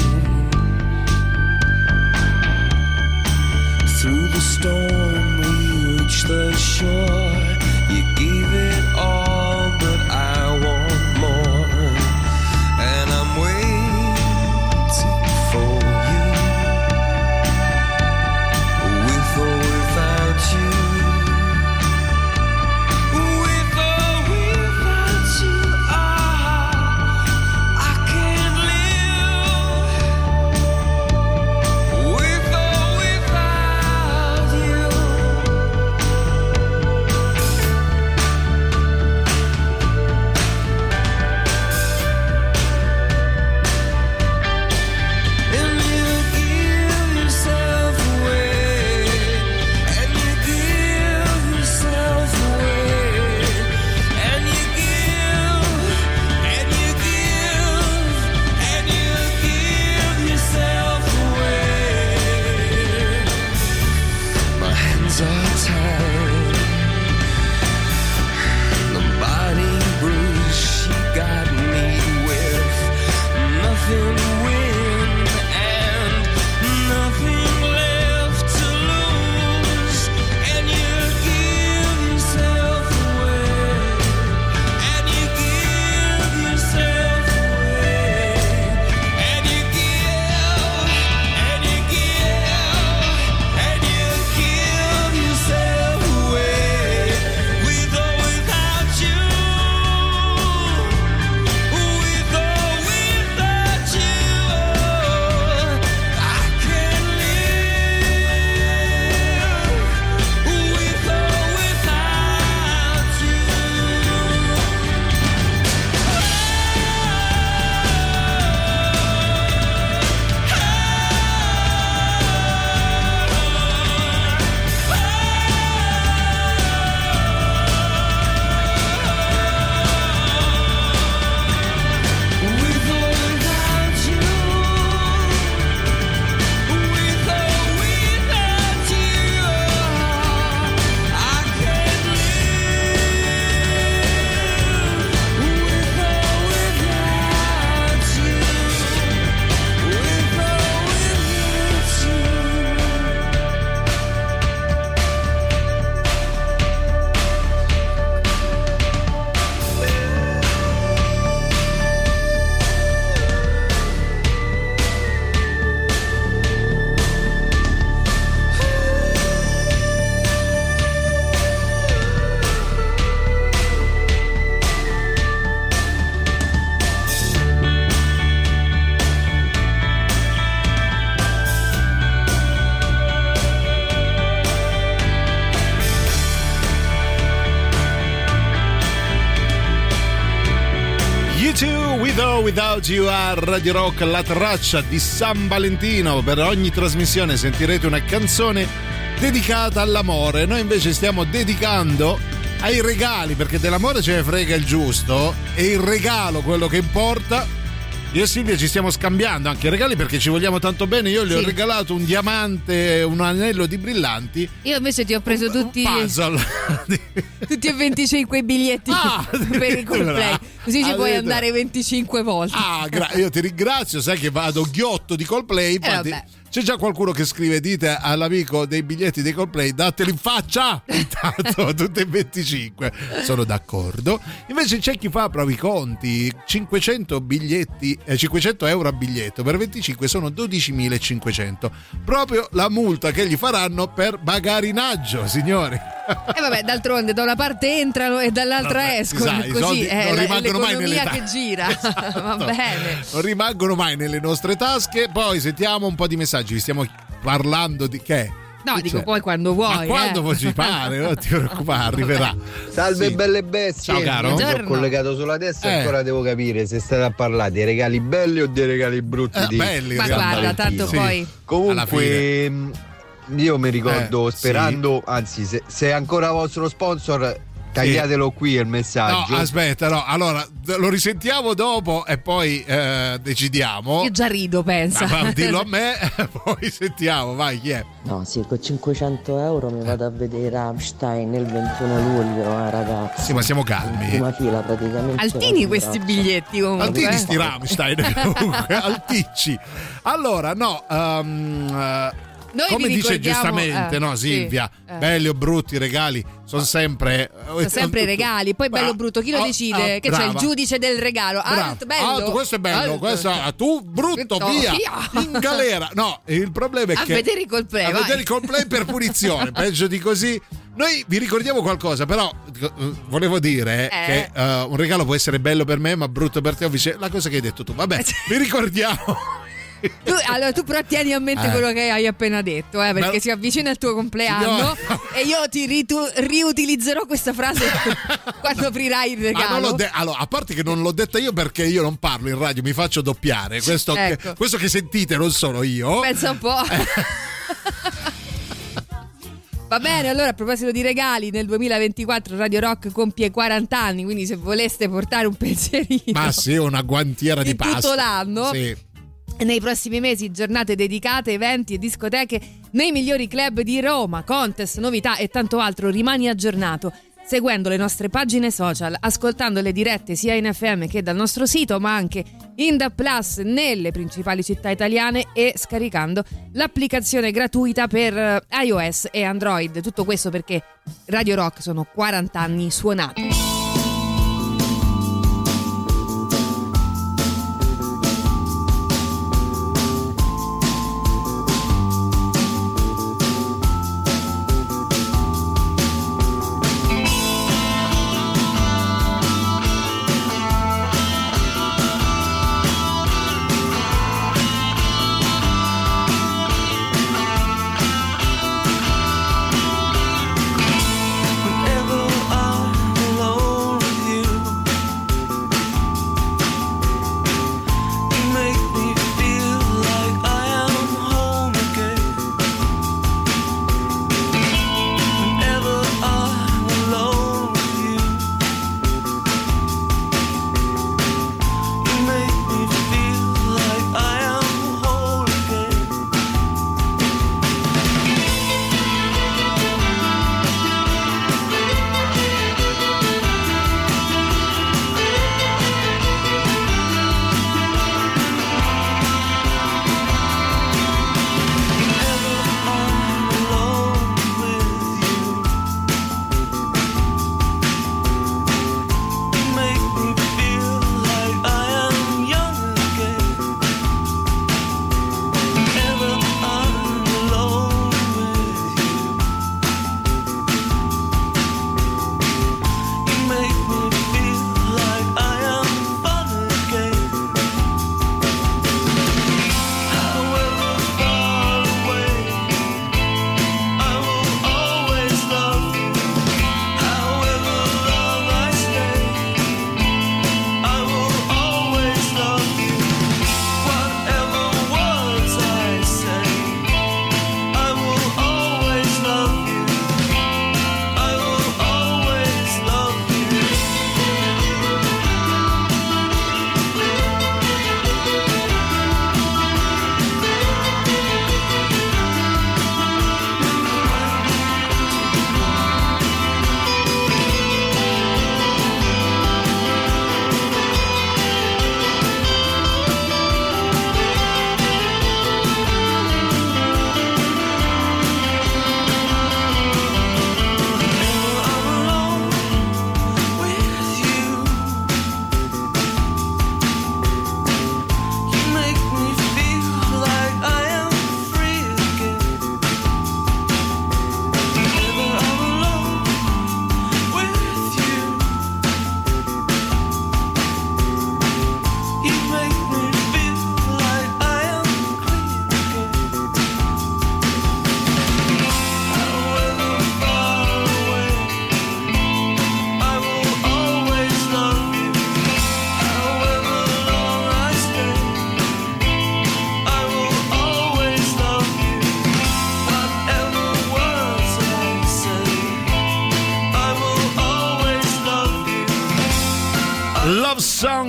Through the storm we reach the shore. You gave it all, but I want more, and I'm waiting for you, with or without you, with or without you. Ah, I can't live with or without you. And you give yourself away, and you give yourself away, and you give, and you give, and you give yourself away. My hands are tied, the body bruise she got me with, nothing to win and nothing left to lose. And you give yourself away, and you give yourself away, and you give, and you give, and you give yourself away, with or without you, with or without you. I can't live with or without you. With or without you, with or without you, I can't live with or without you, with or You Too, With or Without You a Radio Rock, la traccia di San Valentino. Per ogni trasmissione sentirete una canzone dedicata all'amore. Noi invece stiamo dedicando ai regali, perché dell'amore ce ne frega il giusto, e il regalo, quello che importa. Io e Silvia ci stiamo scambiando anche i regali perché ci vogliamo tanto bene. Io gli ho Sì. regalato un diamante, un anello di brillanti, Io invece ti ho preso tutti, puzzle. tutti e venticinque i biglietti per il Coldplay, così ci Ah, puoi vedete? andare venticinque volte. Ah, gra- io ti ringrazio, sai che vado ghiotto di Coldplay. Infatti, vabbè. c'è già qualcuno che scrive: dite all'amico dei biglietti dei Coldplay, dateli in faccia. Intanto tutte e venticinque. Sono d'accordo. Invece c'è chi fa proprio i conti: cinquecento biglietti, eh, cinquecento euro a biglietto per venticinque sono dodicimilacinquecento. Proprio la multa che gli faranno per bagarinaggio, signori. E vabbè, d'altronde da una parte entrano e dall'altra Vabbè, escono, si sa, i così soldi è, non la- è rimangono mai l'economia nelle che tasche. gira. Esatto. Va bene. Non rimangono mai nelle nostre tasche. Poi sentiamo un po' di messaggi. Vi stiamo parlando di che? No, Che dico c'è? poi quando vuoi. Ma quando eh. ci pare, non ti preoccupare, arriverà. Salve Sì. belle bestie. Ciao, caro. Mi sono Buongiorno. collegato solo adesso e Eh. ancora devo capire se state a parlare dei regali belli o dei regali brutti. Eh, di belli, Ma in realtà. guarda, tanto Sì. poi Alla fine. Comunque, io mi ricordo Eh, sperando, anzi, se, se è ancora vostro sponsor, Tagliatelo qui il messaggio. No, aspetta, no, allora lo risentiamo dopo e poi eh, decidiamo. Io già rido, pensa. Ma, ma dillo a me, poi sentiamo, vai, chi è? No, sì, con cinquecento euro mi vado a vedere Rammstein il ventuno luglio, eh, ragazzi. Sì, ma siamo calmi. In prima fila praticamente. Altini questi biglietti comunque. Altini eh. sti Rammstein comunque, alticci. Allora, no, um, uh, Noi come vi dice ricordiamo, giustamente, eh, no, Silvia, sì, eh. belli o brutti i regali sono sempre Sono sempre i regali, poi bello o brutto, chi lo Ah, decide? ah, che brava. c'è il giudice del regalo. Bravo. Alto, bello. Alto, questo è bello, Alto. questo ah, tu brutto, Brutto, via, via. in galera. No, il problema è A che vedere i Coldplay, a vai. vedere i Coldplay per punizione, peggio di così. Noi vi ricordiamo qualcosa, però eh, volevo dire Eh. che eh, un regalo può essere bello per me, ma brutto per te, o vice- la cosa che hai detto tu. Vabbè, vi ricordiamo. Tu, allora tu però tieni a mente Eh. quello che hai appena detto, eh, perché Ma- si avvicina il tuo compleanno No. e io ti ritu- riutilizzerò questa frase quando aprirai il regalo. Ah, non l'ho de- allora, a parte che non l'ho detta io perché io non parlo in radio, mi faccio doppiare. Questo, Ecco. che, questo che sentite non sono io. Pensa un po'. Va bene, allora a proposito di regali, nel duemilaventiquattro Radio Rock compie quaranta anni, quindi se voleste portare un pensierino Ma sì, una guantiera di, di pasta. tutto l'anno. Sì. Nei prossimi mesi giornate dedicate, eventi e discoteche nei migliori club di Roma, contest, novità e tanto altro. Rimani aggiornato seguendo le nostre pagine social, ascoltando le dirette sia in F M che dal nostro sito, ma anche in D A B plus nelle principali città italiane e scaricando l'applicazione gratuita per eh, iOS e Android. Tutto questo perché Radio Rock sono quaranta anni suonati. Whenever I'm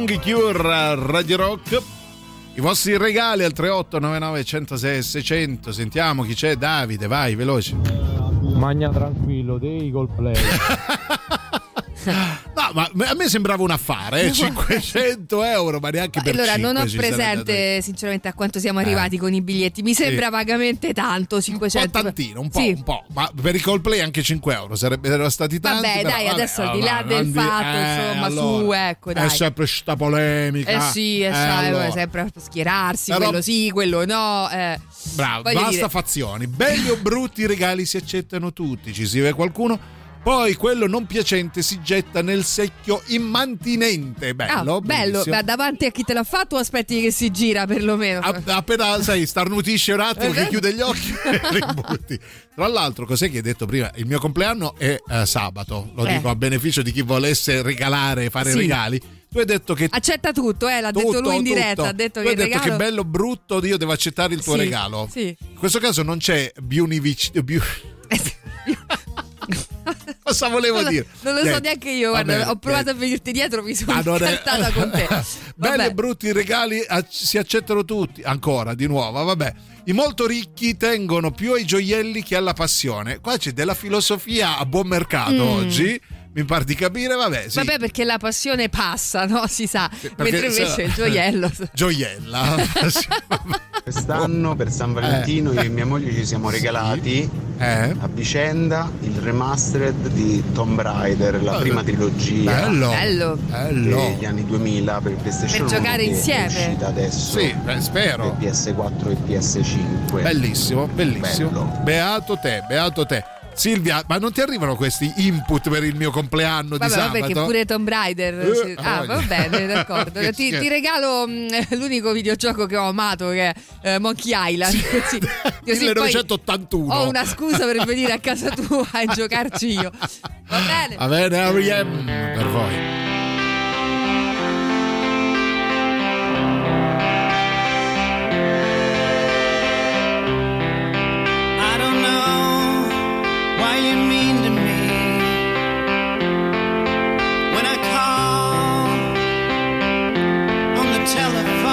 Young Cure, Radio Rock. I vostri regali al tre otto nove nove uno zero sei sei zero zero. Sentiamo chi c'è. Davide, vai, veloce. Magna tranquillo, dei Coldplay. No, ma a me sembrava un affare, eh? cinquecento euro, ma neanche per allora cinque non ho ci presente sarebbe... sinceramente a quanto siamo arrivati eh. con i biglietti. Mi sembra sì. vagamente tanto, cinquecento. Un po' tantino, un po', sì. un po', ma per i Coldplay anche cinque euro sarebbero stati tanti. Vabbè, però, dai, vabbè, adesso al di allora, là del di... fatto, eh, insomma, allora, su, ecco, dai. È sempre sta polemica. Eh sì, è eh, sai, allora. sempre a schierarsi, Però... quello sì, quello no. Eh. Bravo, Voglio basta dire... fazioni. Belli o brutti, i regali si accettano tutti. Ci si vede qualcuno. Poi quello non piacente si getta nel secchio immantinente. Bello, ah, bello. Beh, davanti a chi te l'ha fatto o aspetti che si gira perlomeno? A, appena, sai, starnutisce un attimo, che chiude gli occhi e ributti. Tra l'altro, cos'è che hai detto prima? Il mio compleanno è uh, sabato. Lo eh. dico a beneficio di chi volesse regalare e fare sì. regali. Tu hai detto che accetta tutto, eh, l'ha tutto, detto lui in diretta. Tutto. Ha detto tu che hai detto regalo... che bello brutto, io devo accettare il tuo sì, regalo. Sì. In questo caso non c'è Biunivic. Biu... Cosa volevo non dire? Non lo Niente. so neanche io, guarda, Vabbè, ho provato niente. a venirti dietro, mi sono ah, incartata è... con te. Belli e brutti regali si accettano tutti, ancora, di nuovo, vabbè. I molto ricchi tengono più ai gioielli che alla passione. Qua c'è della filosofia a buon mercato mm. oggi. Mi pare di capire, vabbè. Sì. Vabbè, perché la passione passa, no? Si sa. Perché, mentre invece se... il gioiello. Gioiella. Quest'anno per San Valentino eh. io e mia moglie ci siamo regalati eh. a vicenda il remastered di Tomb Raider, la prima trilogia. Bello. Bello. Bello. Degli anni duemila per il PlayStation per giocare uno, insieme. È uscita adesso. Sì, beh, spero. Per P S quattro e P S cinque. Bellissimo, bellissimo. Bello. Beato te, beato te. Silvia, ma non ti arrivano questi input per il mio compleanno vabbè, di sabato? Vabbè, perché pure Tomb Raider eh, si... ah, va bene, d'accordo. ti, ti regalo mh, l'unico videogioco che ho amato, che è uh, Monkey Island. Sì. Così, così millenovecentottantuno. ho una scusa per venire a casa tua e giocarci io. Va bene? Va bene, R E M per voi. Why you mean to me when I call on the telephone?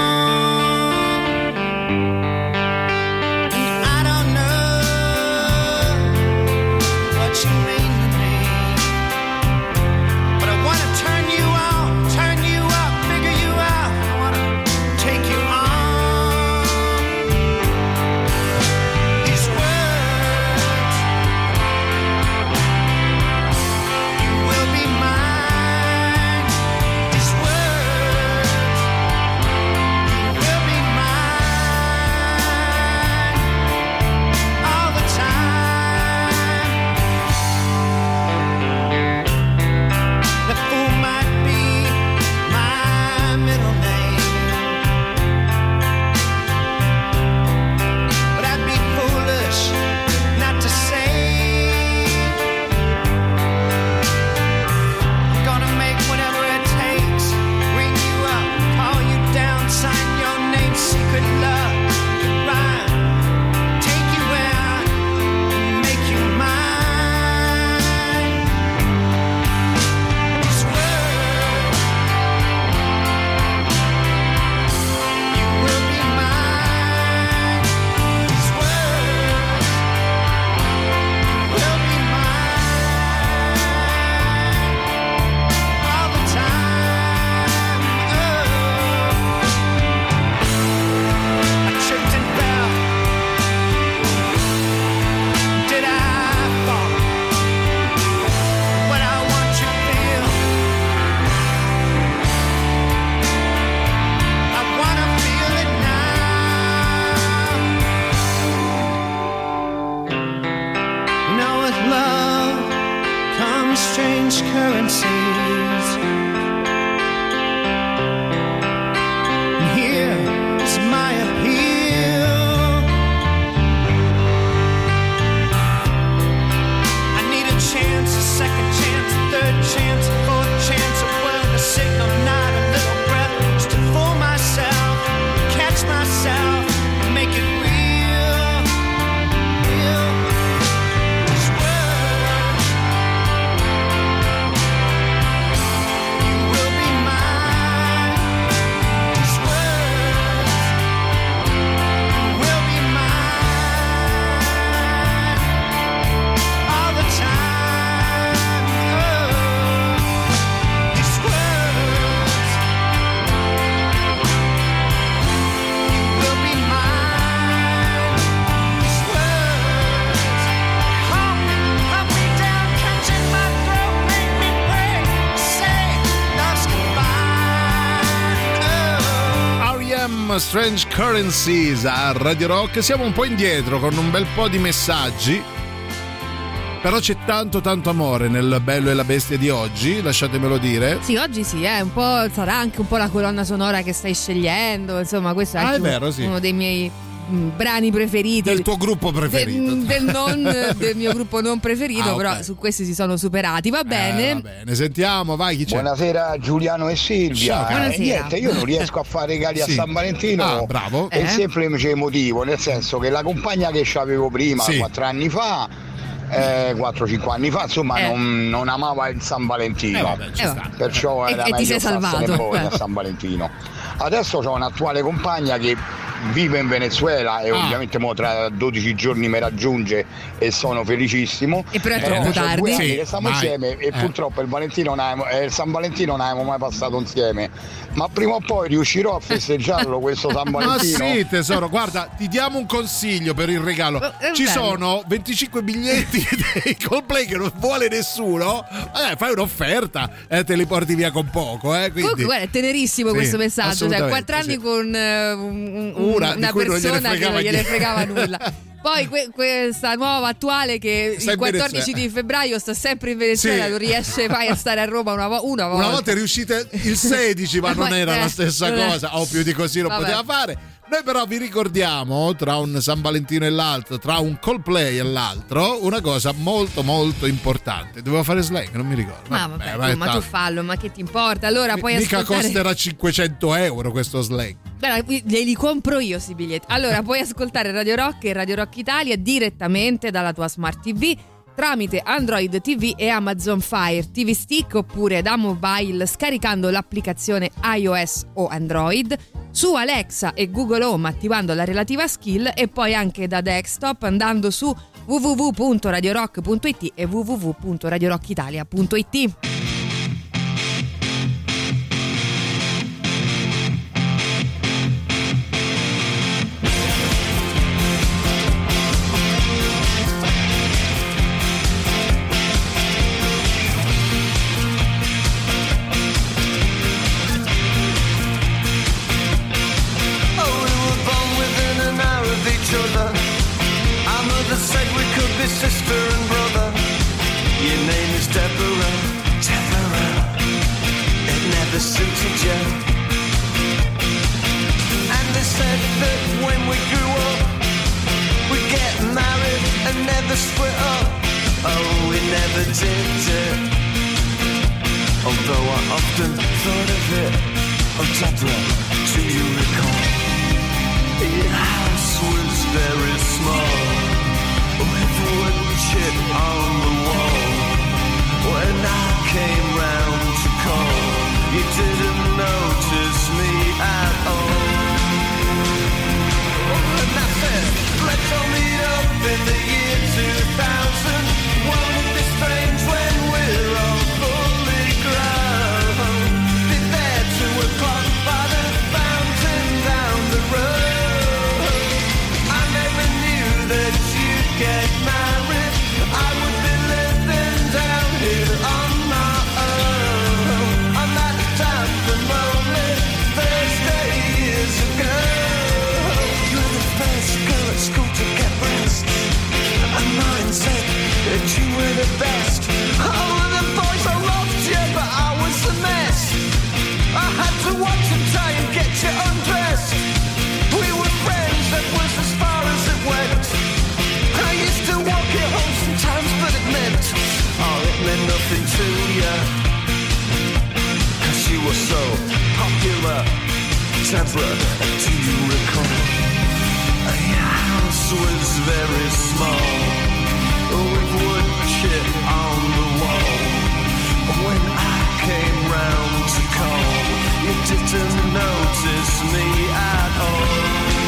And I don't know what you mean to me, but I wanna turn you on, turn you up, figure you out. I wanna take you on. These words Strange Currencies a Radio Rock. Siamo un po' indietro con un bel po' di messaggi, però c'è tanto tanto amore nel Bello e la Bestia di oggi, lasciatemelo dire. Sì, oggi sì, eh, un po' sarà anche un po' la colonna sonora che stai scegliendo, insomma, questo è, ah, anche è vero, sì. uno dei miei mh, brani preferiti. Del tuo gruppo preferito. Del, del, non, del mio gruppo non preferito, ah, però okay. Su questi si sono superati, va bene. Eh, va bene, sentiamo, vai, chi c'è? Buonasera Giuliano e Silvia. Ciao, eh, niente, io non riesco a fare regali sì. a San Valentino. Ah, bravo. Per eh? il semplice motivo, nel senso che la compagna che avevo prima, sì. quattro anni fa, Eh, quattro cinque anni fa, insomma, eh. non, non amava il San Valentino, eh, vabbè, ci sta. perciò e, era e ti sei meglio farsene poi salvato a San Valentino. Adesso ho un'attuale compagna che vive in Venezuela e ah. ovviamente mo tra dodici giorni mi raggiunge e sono felicissimo. E però è eh, troppo tardi. Due anni sì, che stiamo mai. insieme e eh. purtroppo il Valentino non abbiamo, eh, il San Valentino non abbiamo mai passato insieme, ma prima o poi riuscirò a festeggiarlo questo San Valentino. Ma sì, tesoro, guarda, ti diamo un consiglio per il regalo. Oh, ci bello. sono venticinque biglietti dei Coldplay che non vuole nessuno, eh, fai un'offerta e eh, te li porti via con poco, eh, quindi... Comunque, guarda, è tenerissimo sì, questo messaggio, cioè quattro anni sì. con uh, un, un, una, una persona che non gliene fregava nulla. Poi que- questa nuova attuale che sta il quattordici di febbraio sta sempre in Venezuela, sì. non riesce mai a stare a Roma una, vo- una volta. Una volta è riuscita il sedici, ma non era la stessa cosa, o più di così non Vabbè. poteva fare. Noi però vi ricordiamo, tra un San Valentino e l'altro, tra un Coldplay e l'altro, una cosa molto molto importante. Dovevo fare slang, non mi ricordo. Ma vabbè, vabbè vai, ma tanto. Tu fallo, ma che ti importa? Allora puoi Mica ascoltare... costerà cinquecento euro questo slang. Beh, glieli compro io sti biglietti. Allora puoi ascoltare Radio Rock e Radio Rock Italia direttamente dalla tua Smart T V tramite Android T V e Amazon Fire T V Stick, oppure da mobile scaricando l'applicazione iOS o Android, su Alexa e Google Home attivando la relativa skill, e poi anche da desktop andando su w w w punto radio rock punto i t e w w w punto radio rock italia punto i t. Sister and brother, your name is Deborah, Deborah. It never suited you. And they said that when we grew up, we'd get married and never split up. Oh, we never did it. Although I often thought of it. Oh, Deborah, do you recall? Your house was very small, with wood chip on the wall. When I came round to call, you didn't notice me at all. And I said, let's all meet up in the year two thousand. Won't it be strange when we're all fully grown? Be there two o'clock by the fountain down the road. I never knew that you'd get married. I would be living down here on my own. On that damp and lonely Thursday years ago. You were the first girl at school to get breasts, and mine said that you were the best. Oh, and the boys all loved you, but I was a mess. I had to watch and try and get you undressed. We were friends, that was as far as it went. I used to walk you home sometimes, but it meant, oh, it meant nothing to you, 'cause you were so popular. Deborah, do you recall? Your house was very small, with wood chip on the wall. When I came round to call, you didn't notice me at all.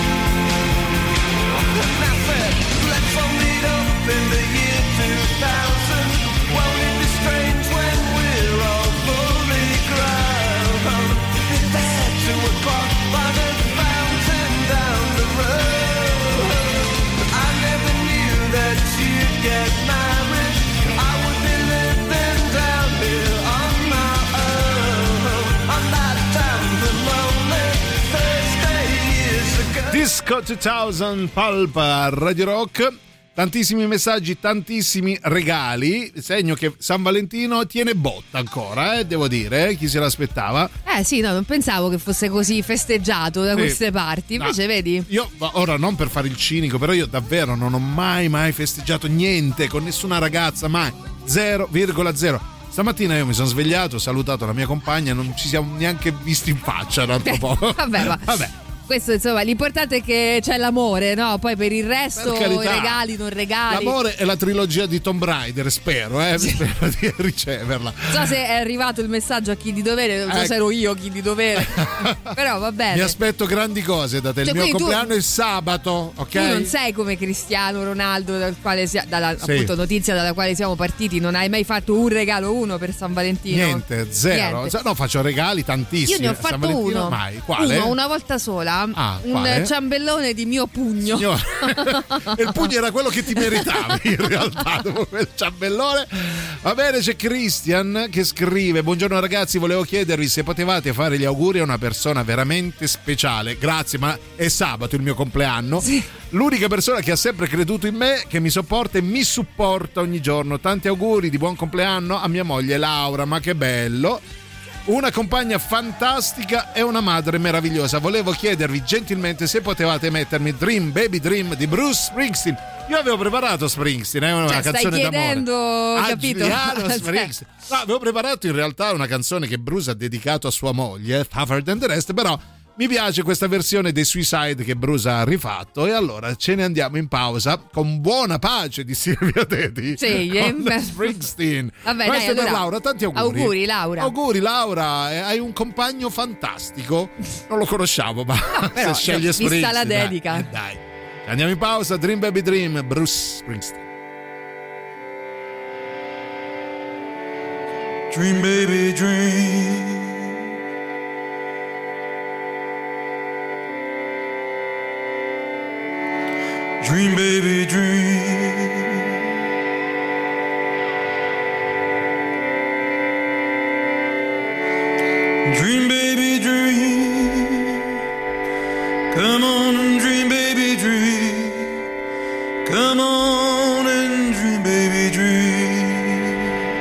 And I said, let's all meet up in the year two thousand. Won't it be strange when we're all fully grown? Be there two o'clock by the fountain down the road. I never knew that you'd get married. I would be living down here on my own. On that damp and lonely Thursday. Disco duemila Pulp a Radio Rock. Tantissimi messaggi, tantissimi regali, segno che San Valentino tiene botta ancora, eh, devo dire, eh, chi se l'aspettava. Eh sì, no, non pensavo che fosse così festeggiato da Sì. queste parti, invece No, vedi. Io, ora non per fare il cinico, però io davvero non ho mai mai festeggiato niente con nessuna ragazza, mai, zero virgola zero. Stamattina io mi sono svegliato, ho salutato la mia compagna, non ci siamo neanche visti in faccia un altro po'. Vabbè, ma Vabbè. questo insomma, l'importante è che c'è l'amore, no? Poi per il resto, Per carità. regali, non regali. L'amore è la trilogia di Tomb Raider, spero, eh, spero di riceverla. Non so se è arrivato il messaggio a chi di dovere, non so Ecco. se ero io chi di dovere, però va bene. Mi aspetto grandi cose da te. Cioè, il mio quindi tu- compleanno è sabato, ok? Tu non sei come Cristiano Ronaldo, dal quale sia, dalla Sì. appunto notizia dalla quale siamo partiti, non hai mai fatto un regalo uno per San Valentino? Niente, zero. Niente. No, faccio regali tantissimi. Io ne ho San fatto Valentino uno. Mai. Quale? Uno, una volta sola. Ah, un quale? ciambellone di mio pugno. Signora, il pugno era quello che ti meritavi in realtà dopo quel ciambellone. Va bene, c'è Christian che scrive: buongiorno ragazzi, volevo chiedervi se potevate fare gli auguri a una persona veramente speciale. Grazie, ma è sabato il mio compleanno. Sì. L'unica persona che ha sempre creduto in me, che mi sopporta e mi supporta ogni giorno. Tanti auguri di buon compleanno a mia moglie Laura, ma che bello. Una compagna fantastica e una madre meravigliosa. Volevo chiedervi gentilmente se potevate mettermi Dream Baby Dream di Bruce Springsteen. Io avevo preparato Springsteen, è una Cioè, stai canzone chiedendo, d'amore. capito? Adriano Cioè. Springsteen. No, avevo preparato in realtà una canzone che Bruce ha dedicato a sua moglie, Tougher Than the Rest, però mi piace questa versione dei Suicide che Bruce ha rifatto, e allora ce ne andiamo in pausa con buona pace di Silvia Teti. Sì, con eh, Springsteen. Vabbè, Questo dai, per allora, Laura, tanti auguri. Auguri, Laura. Auguri Laura, eh, hai un compagno fantastico. Non lo conosciamo, ma però, se sceglie vista Springsteen. la dai, dedica. eh, dai. Andiamo in pausa, Dream Baby Dream, Bruce Springsteen. Dream baby dream. Dream baby dream. Dream baby dream. Come on and dream baby dream. Come on and dream baby dream.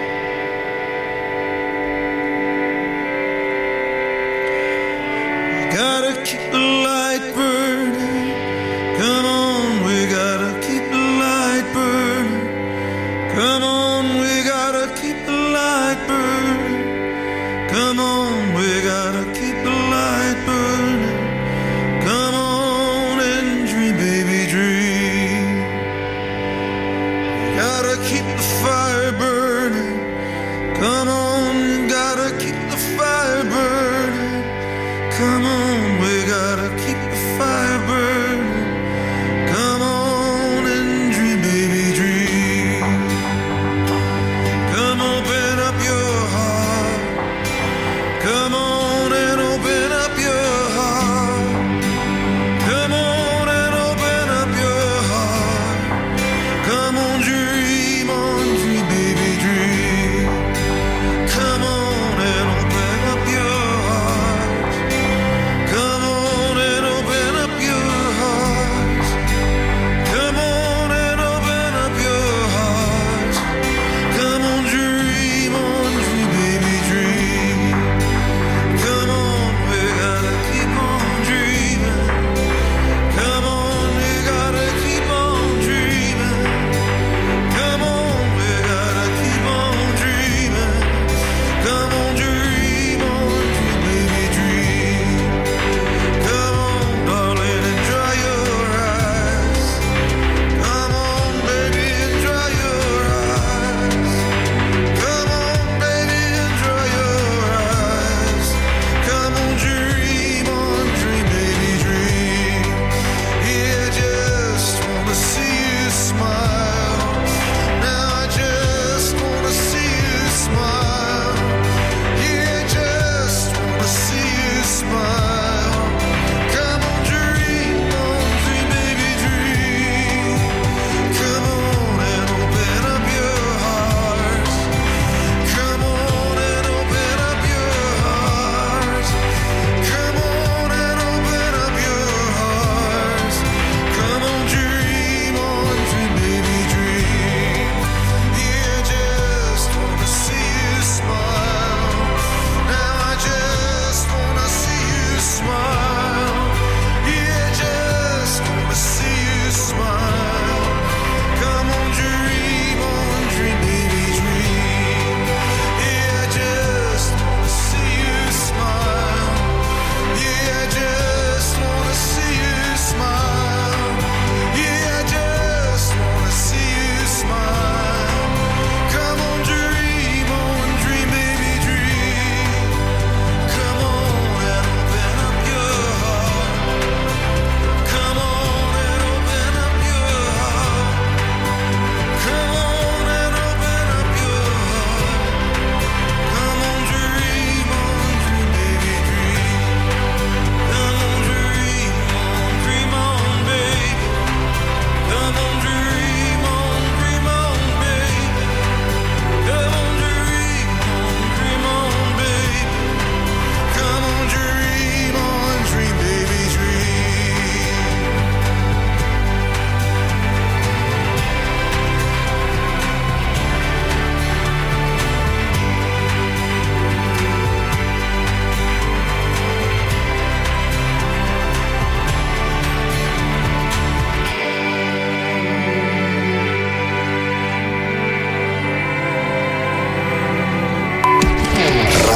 We gotta keep the light burning. Come on, we gotta keep the light burning. Come on, we gotta keep the light burning. Come on, we gotta keep the light burning. Come on and dream, baby, dream.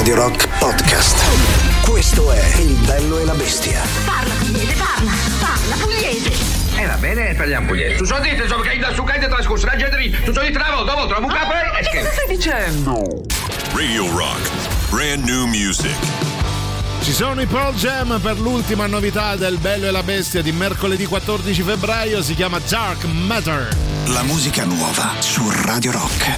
Radio Rock Podcast. Questo è Il Bello e la Bestia. Parla pugliese, parla, parla pugliese. Eh va bene, parliamo pugliese. Tu so dite, insomma, che da su cade trascorso la gente lì. Tu so dite una volta, dopo trovo un capo e che cosa stai dicendo? Radio Rock, brand new music. Ci sono i Pearl Jam per l'ultima novità del Bello e la Bestia di mercoledì quattordici febbraio, si chiama Dark Matter. La musica nuova su Radio Rock.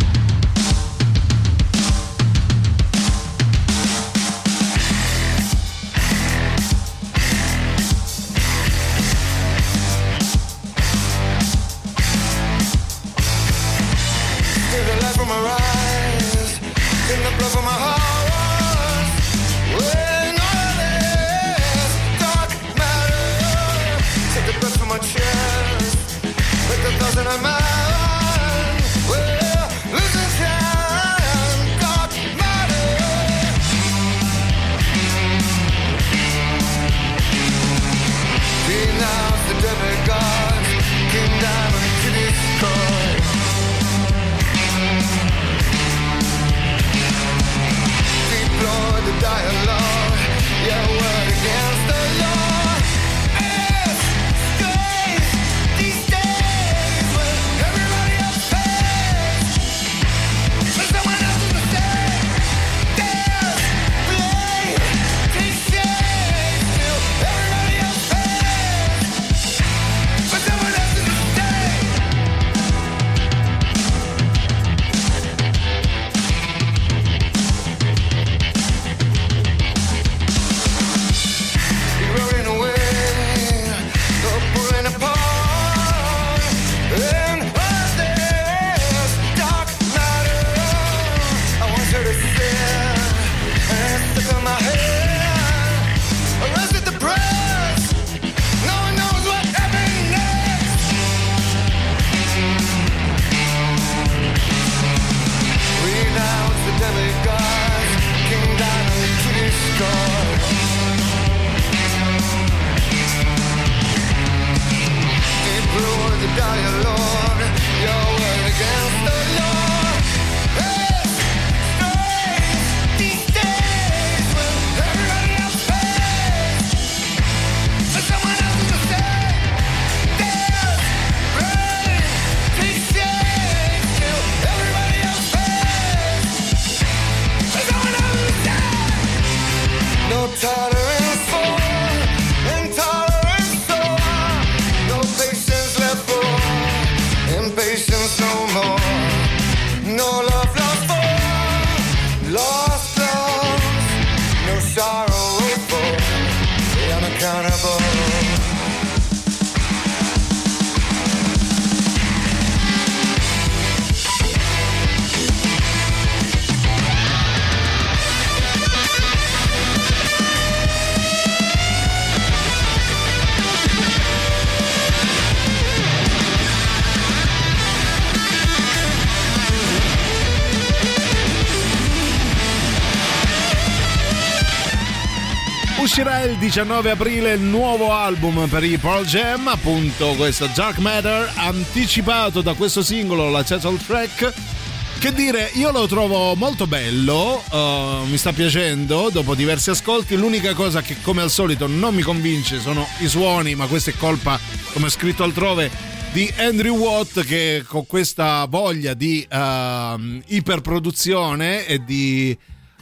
Uscirà il diciannove aprile il nuovo album per i Pearl Jam, appunto questo Dark Matter, anticipato da questo singolo, la title track. Che dire, io lo trovo molto bello, uh, mi sta piacendo dopo diversi ascolti. L'unica cosa che come al solito non mi convince sono i suoni, ma questa è colpa, come ho scritto altrove, di Andrew Watt, che con questa voglia di uh, iperproduzione e di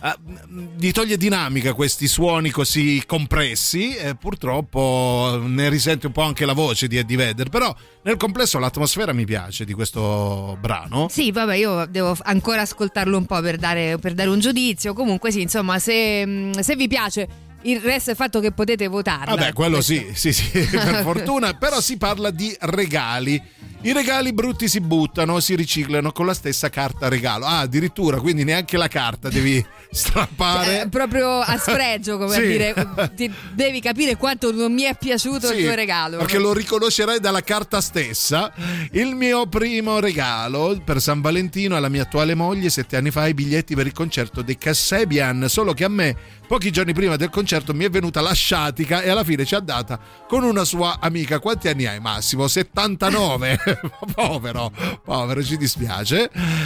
di toglie dinamica questi suoni così compressi e purtroppo ne risente un po' anche la voce di Eddie Vedder, però nel complesso l'atmosfera mi piace di questo brano. Sì, vabbè, io devo ancora ascoltarlo un po' per dare, per dare un giudizio. Comunque sì, insomma, se, se vi piace, il resto è il fatto che potete votarla. Vabbè, quello questo. sì, sì, sì, per fortuna. Però si parla di regali. I regali brutti si buttano, si riciclano con la stessa carta regalo. Ah, addirittura, quindi neanche la carta devi strappare. Cioè, proprio a sfregio, come Sì. a dire, ti devi capire quanto non mi è piaciuto Sì, il tuo regalo. perché lo riconoscerai dalla carta stessa. Il mio primo regalo per San Valentino alla mia attuale moglie sette anni fa, i biglietti per il concerto dei Kasabian, solo che a me pochi giorni prima del concerto mi è venuta la sciatica e alla fine ci ha data con una sua amica. Quanti anni hai, Massimo? settantanove. Povero, povero, ci dispiace.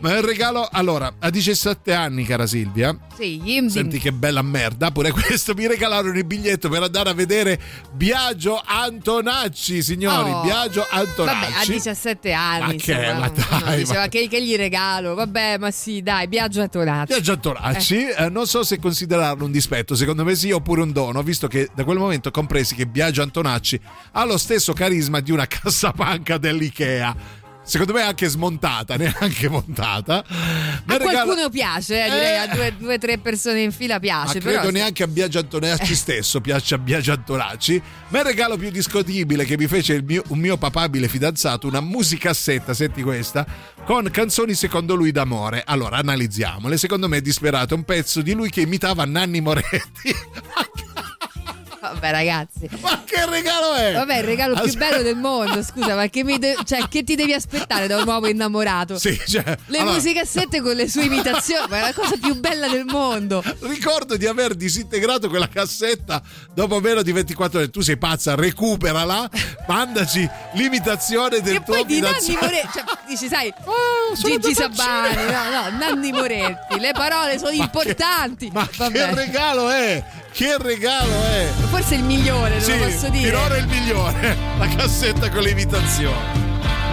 Ma il regalo, allora, a diciassette anni, cara Silvia. Sì, gli... Senti che bella merda, pure questo mi regalarono il biglietto per andare a vedere Biagio Antonacci, signori, Oh. Biagio Antonacci. Vabbè, a diciassette anni. Ma che, insomma, ma dai, uno diceva ma- che, che gli regalo. Vabbè, ma sì, dai, Biagio Antonacci. Biagio Antonacci, eh. non so se considerarlo un dispetto, secondo me sì, oppure un dono, visto che da quel momento compresi che Biagio Antonacci ha lo stesso carisma di una cassapanca dell'Ikea. Secondo me anche smontata, neanche montata. A qualcuno piace, eh, direi a due, due tre persone in fila piace. Ma credo però... neanche a Biagio Antonacci stesso piace a Biagio Antonacci. Ma il regalo più discutibile che mi fece il mio, un mio papabile fidanzato, una musicassetta, senti questa, con canzoni secondo lui d'amore. Allora analizziamole. Secondo me è disperato un pezzo di lui che imitava Nanni Moretti. Vabbè, ragazzi, ma che regalo è? Vabbè, il regalo più Aspetta. bello del mondo. Scusa, ma che, mi de- cioè, che ti devi aspettare da un uomo innamorato? Sì, cioè, le allora... musicassette con le sue imitazioni, ma è la cosa più bella del mondo. Ricordo di aver disintegrato quella cassetta dopo meno di ventiquattro ore. Tu sei pazza, recuperala, mandaci l'imitazione del E tuo poi di Nanni fidanzato. Moretti, cioè, dici, sai, sono Gigi andato a Sabani, cena. no, no, Nanni Moretti, le parole sono Ma importanti. Che, ma Vabbè. che regalo è? Che regalo è? Forse il migliore, Sì, te lo posso dire. finora è il migliore. La cassetta con le imitazioni.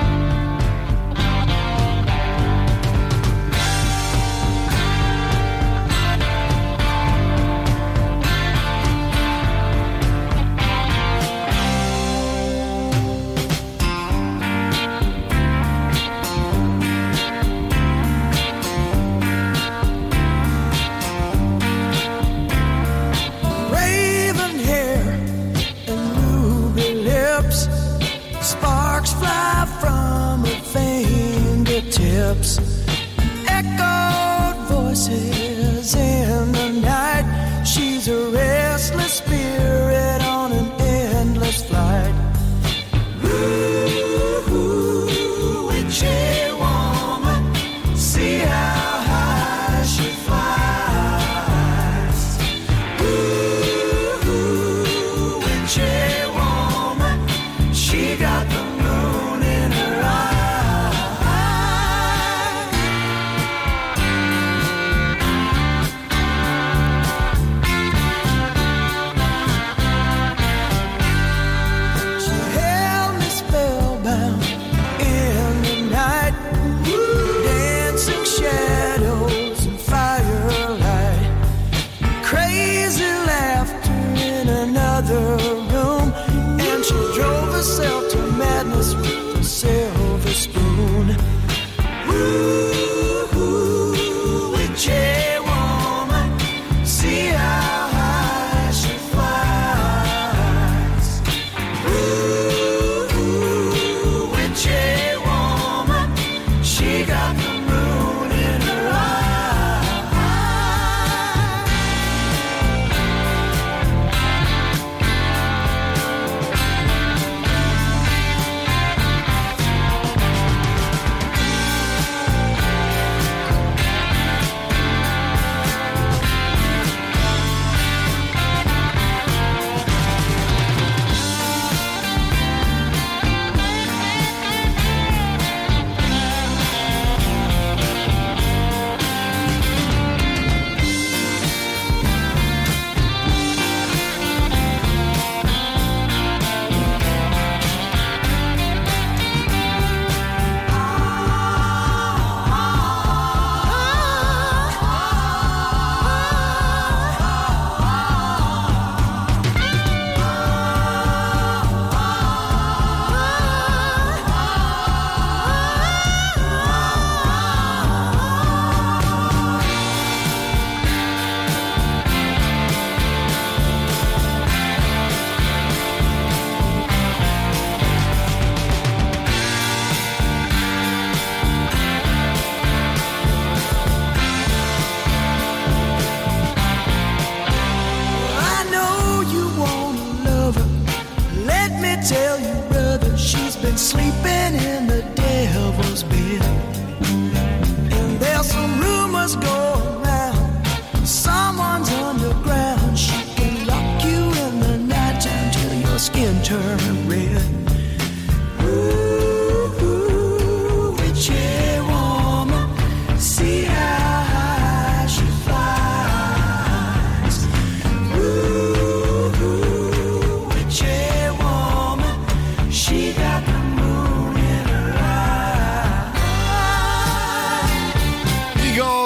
Raven hair and ruby lips, sparks fly from her fingertips, echoed voices in the night. She's a restless spirit on an endless flight. Ooh, witchy woman, see how high she flies. Ooh, witchy woman, she got the moon in her eye.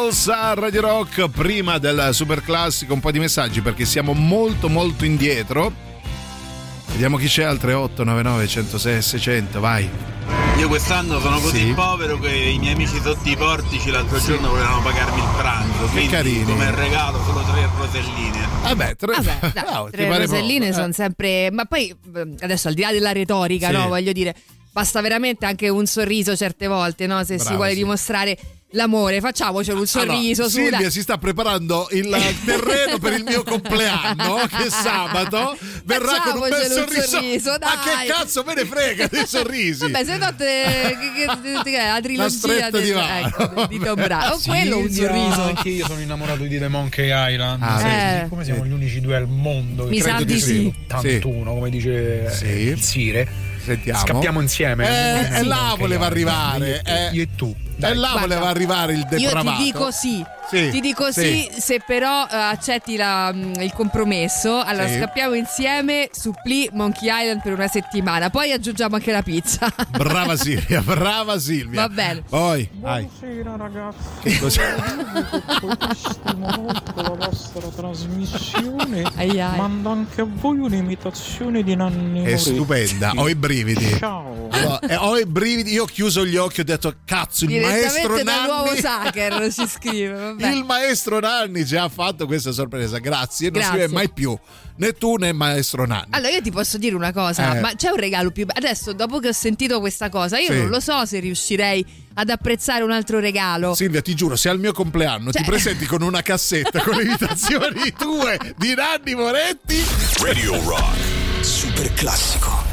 Beatles a Radio Rock. Prima del super classico un po' di messaggi perché siamo molto molto indietro. Vediamo chi c'è al tre otto nove nove uno zero sei sei zero zero, vai. Io quest'anno sono così Sì. povero che i miei amici sotto i portici l'altro Sì. giorno volevano pagarmi il pranzo. Che Quindi carini. come regalo solo tre roselline. Vabbè, tre, Vabbè, dai, no, ti tre pare roselline poco? sono sempre. Ma poi adesso al di là della retorica, Sì. no? Voglio dire, basta veramente anche un sorriso certe volte, no? Se Brava, si vuole sì. dimostrare l'amore, facciamocelo un sorriso. Allora, su, Silvia dai. si sta preparando il terreno per il mio compleanno che sabato verrà con un bel Facciamocelo un sorriso. sorriso, Ma dai. che cazzo me ne frega dei sorrisi? Vabbè, se no te, che, che, che, la trilogia stretta del- di mano. ecco, di Tom Bravo. Sì, Quello un Silvia, sorriso. Anche io sono innamorato di The Monkey Island. Ah, Sì, sì. Siccome siamo gli unici due al mondo, Mi credo sa di sì. ottantuno, come dice Sì. eh, il Sire. Sentiamo. Scappiamo insieme. Eh, Sì, e là Monkey voleva Island. arrivare. Io, eh. io e tu. E Dai. là Guarda, voleva arrivare il Io depravato. ti dico sì. Sì, Ti dico sì, sì. se però eh, accetti la- mm, il compromesso. Allora Sì. scappiamo insieme su Pli Monkey Island per una settimana. Poi aggiungiamo anche la pizza. Brava Silvia, brava Silvia. Va bene. Poi, vai. Buonasera ragazzi. Che cos'è? Stimo molto la vostra trasmissione. Ai ai. Mando anche a voi un'imitazione di Nanni È Moretti. stupenda, ho i brividi. Ciao. Allora, eh, ho i brividi, io ho chiuso gli occhi, ho detto cazzo, il maestro Direttamente dall'uovo Nanni. Sacher ci scrive. Vabbè. Il maestro Nanni ci ha fatto questa sorpresa, grazie. Non Grazie. scrive mai più né tu né il maestro Nanni. Allora io ti posso dire una cosa, Eh. ma c'è un regalo più bello? Adesso dopo che ho sentito questa cosa, io Sì. non lo so se riuscirei ad apprezzare un altro regalo. Silvia, ti giuro, se al mio compleanno Cioè- ti presenti con una cassetta con le imitazioni tue di Nanni Moretti. Radio Rock. Super classico.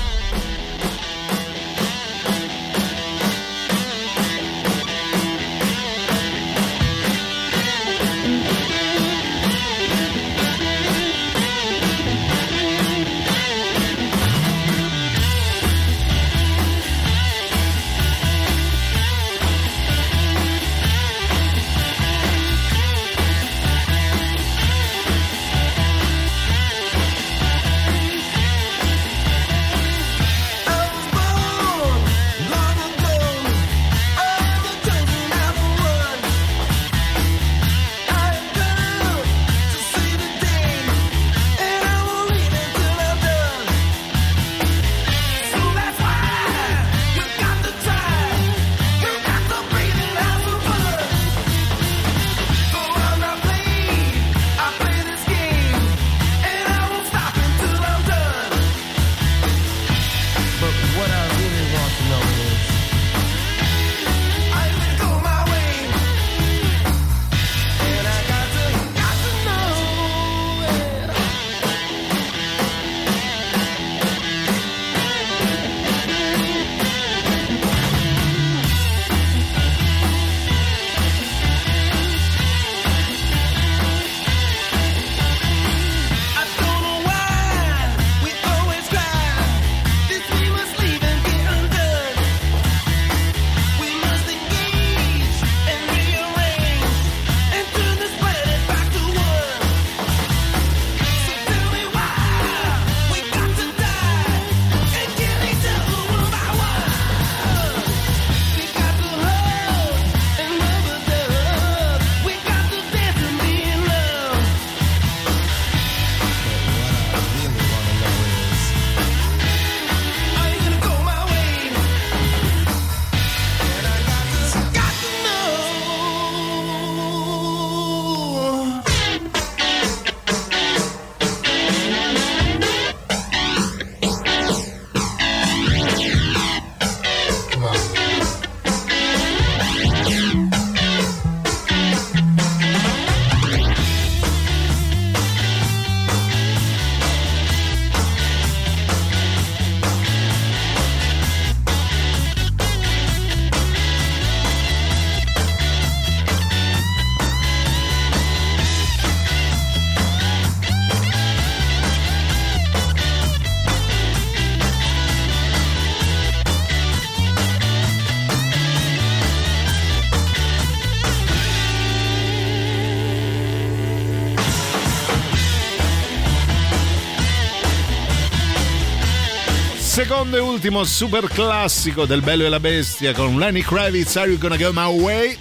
Secondo e ultimo super classico del Bello e la Bestia con Lenny Kravitz, Are You Gonna Go My Way?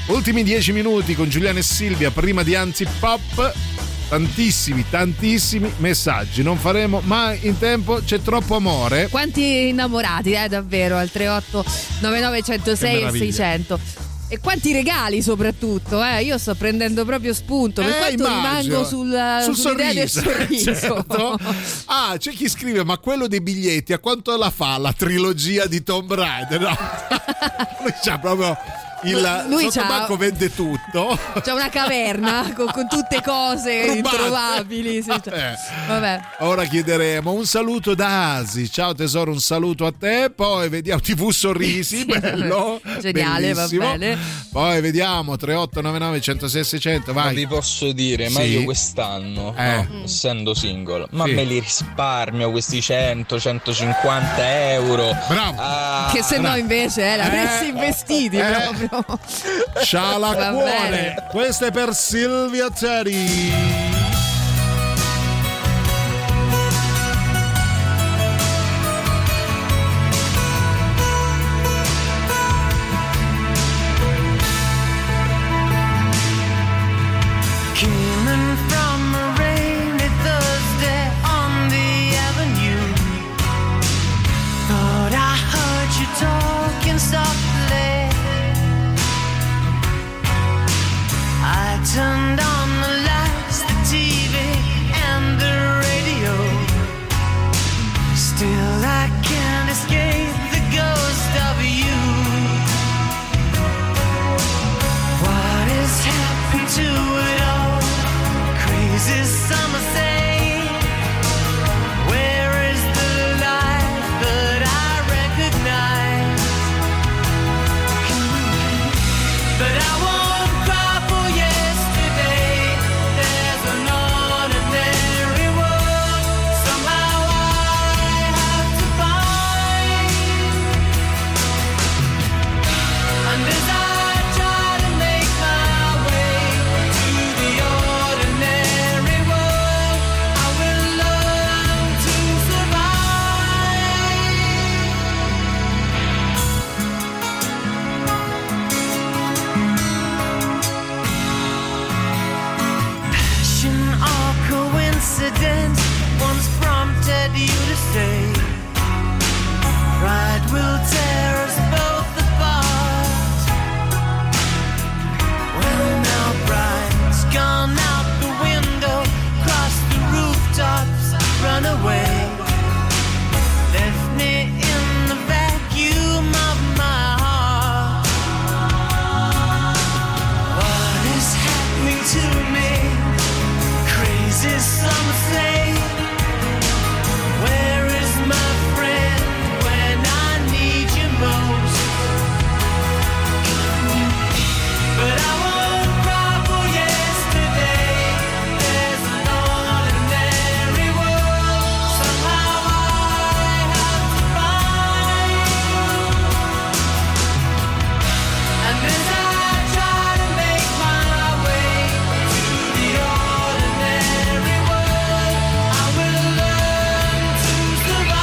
Ultimi dieci minuti con Giuliano e Silvia prima di Anzi Pop. Tantissimi, tantissimi messaggi. Non faremo mai in tempo, c'è troppo amore. Quanti innamorati, eh, davvero, al tre otto nove nove uno zero sei e seicento. E quanti regali soprattutto, eh? Io sto prendendo proprio spunto. Per eh, quanto immagino. rimango sul, sul sull'idea sorriso, del sorriso. certo. Ah, c'è chi scrive: ma quello dei biglietti a quanto la fa la trilogia di Tomb Raider? No. Lui c'ha proprio il Lui sottobanco, vende tutto. C'è una caverna con, con tutte cose Rubate. introvabili. Sì, cioè. Eh. Vabbè. Ora chiederemo un saluto da Asi. Ciao tesoro, un saluto a te. Poi vediamo tivù sorrisi, bello, geniale, bellissimo. va bene. Poi vediamo tre otto nove nove uno zero sei seicento. Vai. Ma vi posso dire, ma Sì. io quest'anno, Eh. no, essendo single, ma Sì. me li risparmio questi cento centocinquanta euro. Bravo. Ah, Che se no invece eh, l'avresti Eh. investiti Eh. proprio. Sciala Va cuore. bene. Questo è per Silvia Teri. Came in from a rainy Thursday on the avenue. Thought I heard you talking softly. I turned on the lights, the T V, and the radio. Still I can't escape the ghost of you. What has happened to it all? Crazy summer say, where is the light that I recognize? But I won't cry for yesterday. There's an ordinary world somehow I have to find. And as I try to make my way to the ordinary world, I will learn to survive. Passion or coincidence once prompted you to say, pride will tear us both apart. Well, now pride's gone out the window, crossed the rooftops, run away, left me in the vacuum of my heart. What is happening to me? Crazy some say. Where is my friend when I need you most? But I won't cry for yesterday. There's an ordinary world somehow I have to find. And as I try to make my way to the ordinary world, I will learn to survive.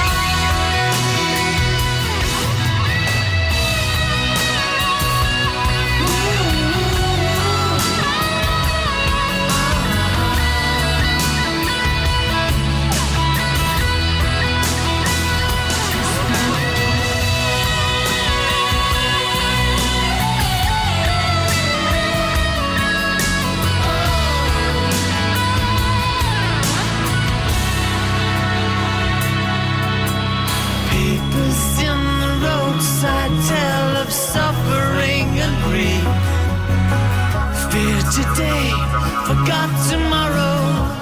Papers in the roadside tell of suffering and grief. Fear today, forgot tomorrow.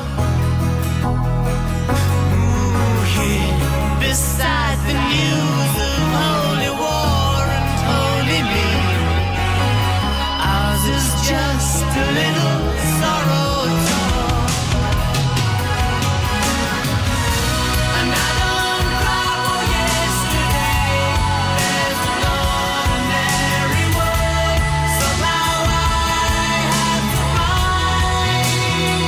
Ooh, here beside the news of holy war and holy me, ours is just a little sorrow torn. And I don't cry for yesterday. There's an ordinary world somehow I have to find.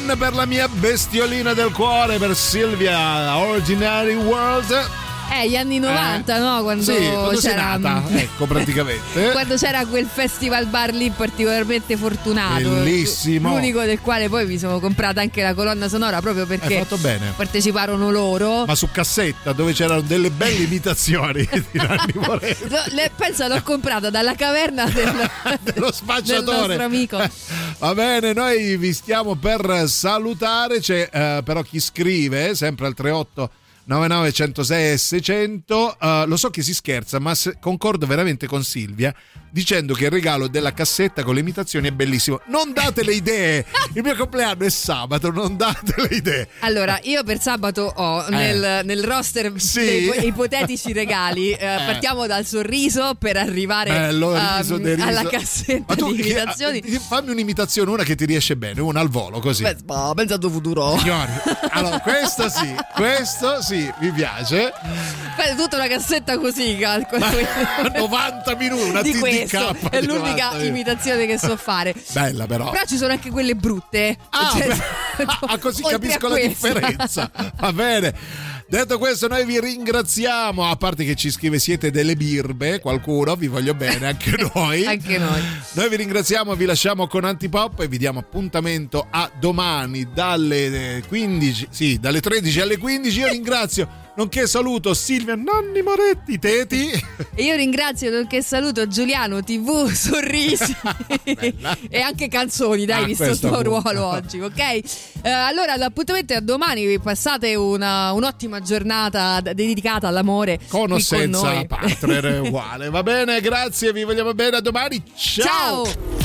Queen per la mia bestiolina del cuore, per Silvia, Ordinary World. Eh, gli anni novanta, eh, no? Quando, sì, quando c'era, sei nata, ecco, praticamente. Quando c'era quel festival bar lì particolarmente fortunato. Bellissimo. L'unico del quale poi mi sono comprata anche la colonna sonora proprio perché hai fatto bene. Parteciparono loro. Ma su cassetta, dove c'erano delle belle imitazioni di Nanni Moretti. Le, penso l'ho comprata dalla caverna del, dello spacciatore. Del nostro amico. Va bene, noi vi stiamo per salutare. C'è eh, però chi scrive, sempre al tre otto nove nove uno zero sei seicento. Uh, lo so che si scherza, ma se, concordo veramente con Silvia dicendo che il regalo della cassetta con le imitazioni è bellissimo. Non date le idee, il mio compleanno è sabato, non date le idee. Allora, io per sabato ho eh. nel, nel roster sì. dei ipotetici regali, eh, eh. partiamo dal sorriso per arrivare Bello, um, riso, alla cassetta tu, di imitazioni. Che, fammi un'imitazione, una che ti riesce bene, una al volo così. Beh, ho pensato futuro. Signori, allora questo sì, questo sì, mi piace. Beh, tutta una cassetta così, calcolo. novanta minuti, una di T D K questo è l'unica imitazione che so fare. Bella però. Però ci sono anche quelle brutte. Ah, cioè, ah così capisco la differenza. Va bene. Detto questo, noi vi ringraziamo, a parte che ci scrive siete delle birbe, qualcuno, vi voglio bene, anche noi. Anche noi. Noi vi ringraziamo, vi lasciamo con Antipop e vi diamo appuntamento a domani dalle quindici, sì, dalle tredici alle quindici. Io ringrazio, nonché saluto Silvia Nanni Moretti, Teti. E io ringrazio, nonché saluto Giuliano tivù, sorrisi e anche canzoni, dai, ah, visto il tuo ruolo oggi, ok? Uh, allora l'appuntamento è a domani, passate una, un'ottima giornata dedicata all'amore con o con senza noi. partner uguale. Va bene, grazie, vi vogliamo bene, a domani. Ciao. Ciao.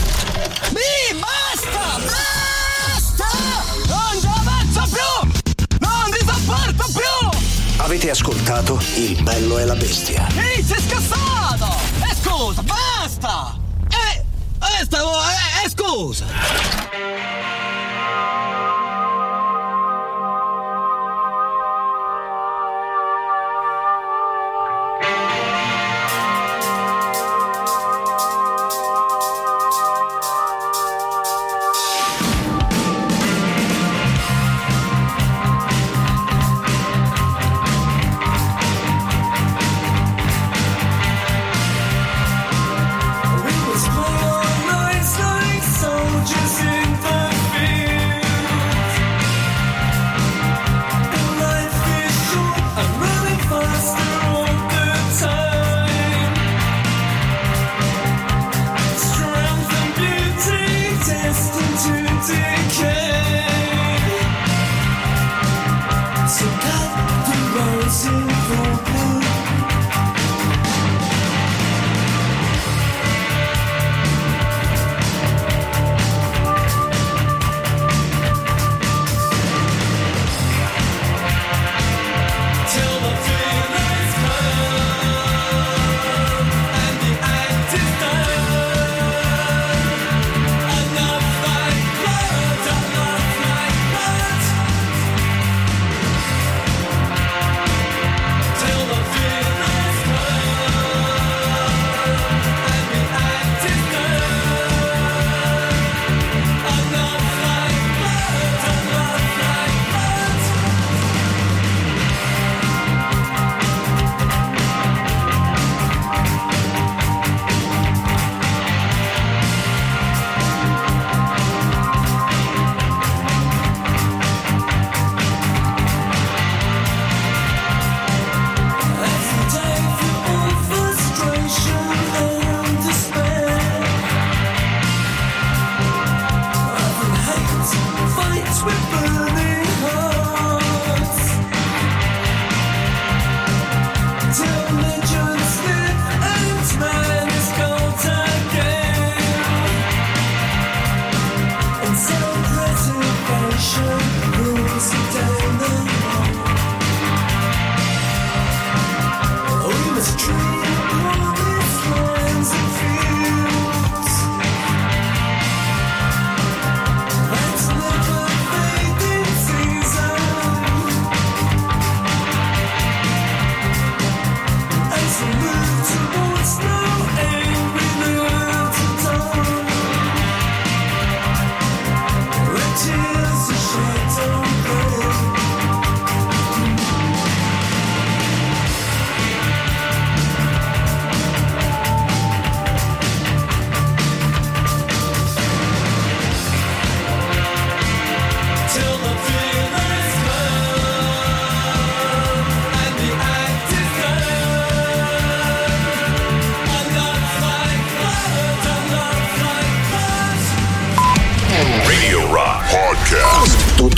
Mi basta! Basta! Non ci avanzo più! Non ti sopporto più! Avete ascoltato Il Bello e la Bestia? Ehi, sei scassato! E scusa, basta! Eh, eh, stavo, eh, eh scusa! Just in the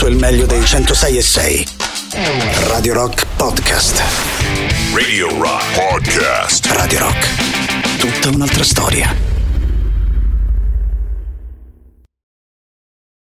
il meglio dei centosei e sei. Radio Rock Podcast. Radio Rock Podcast. Radio Rock. Tutta un'altra storia.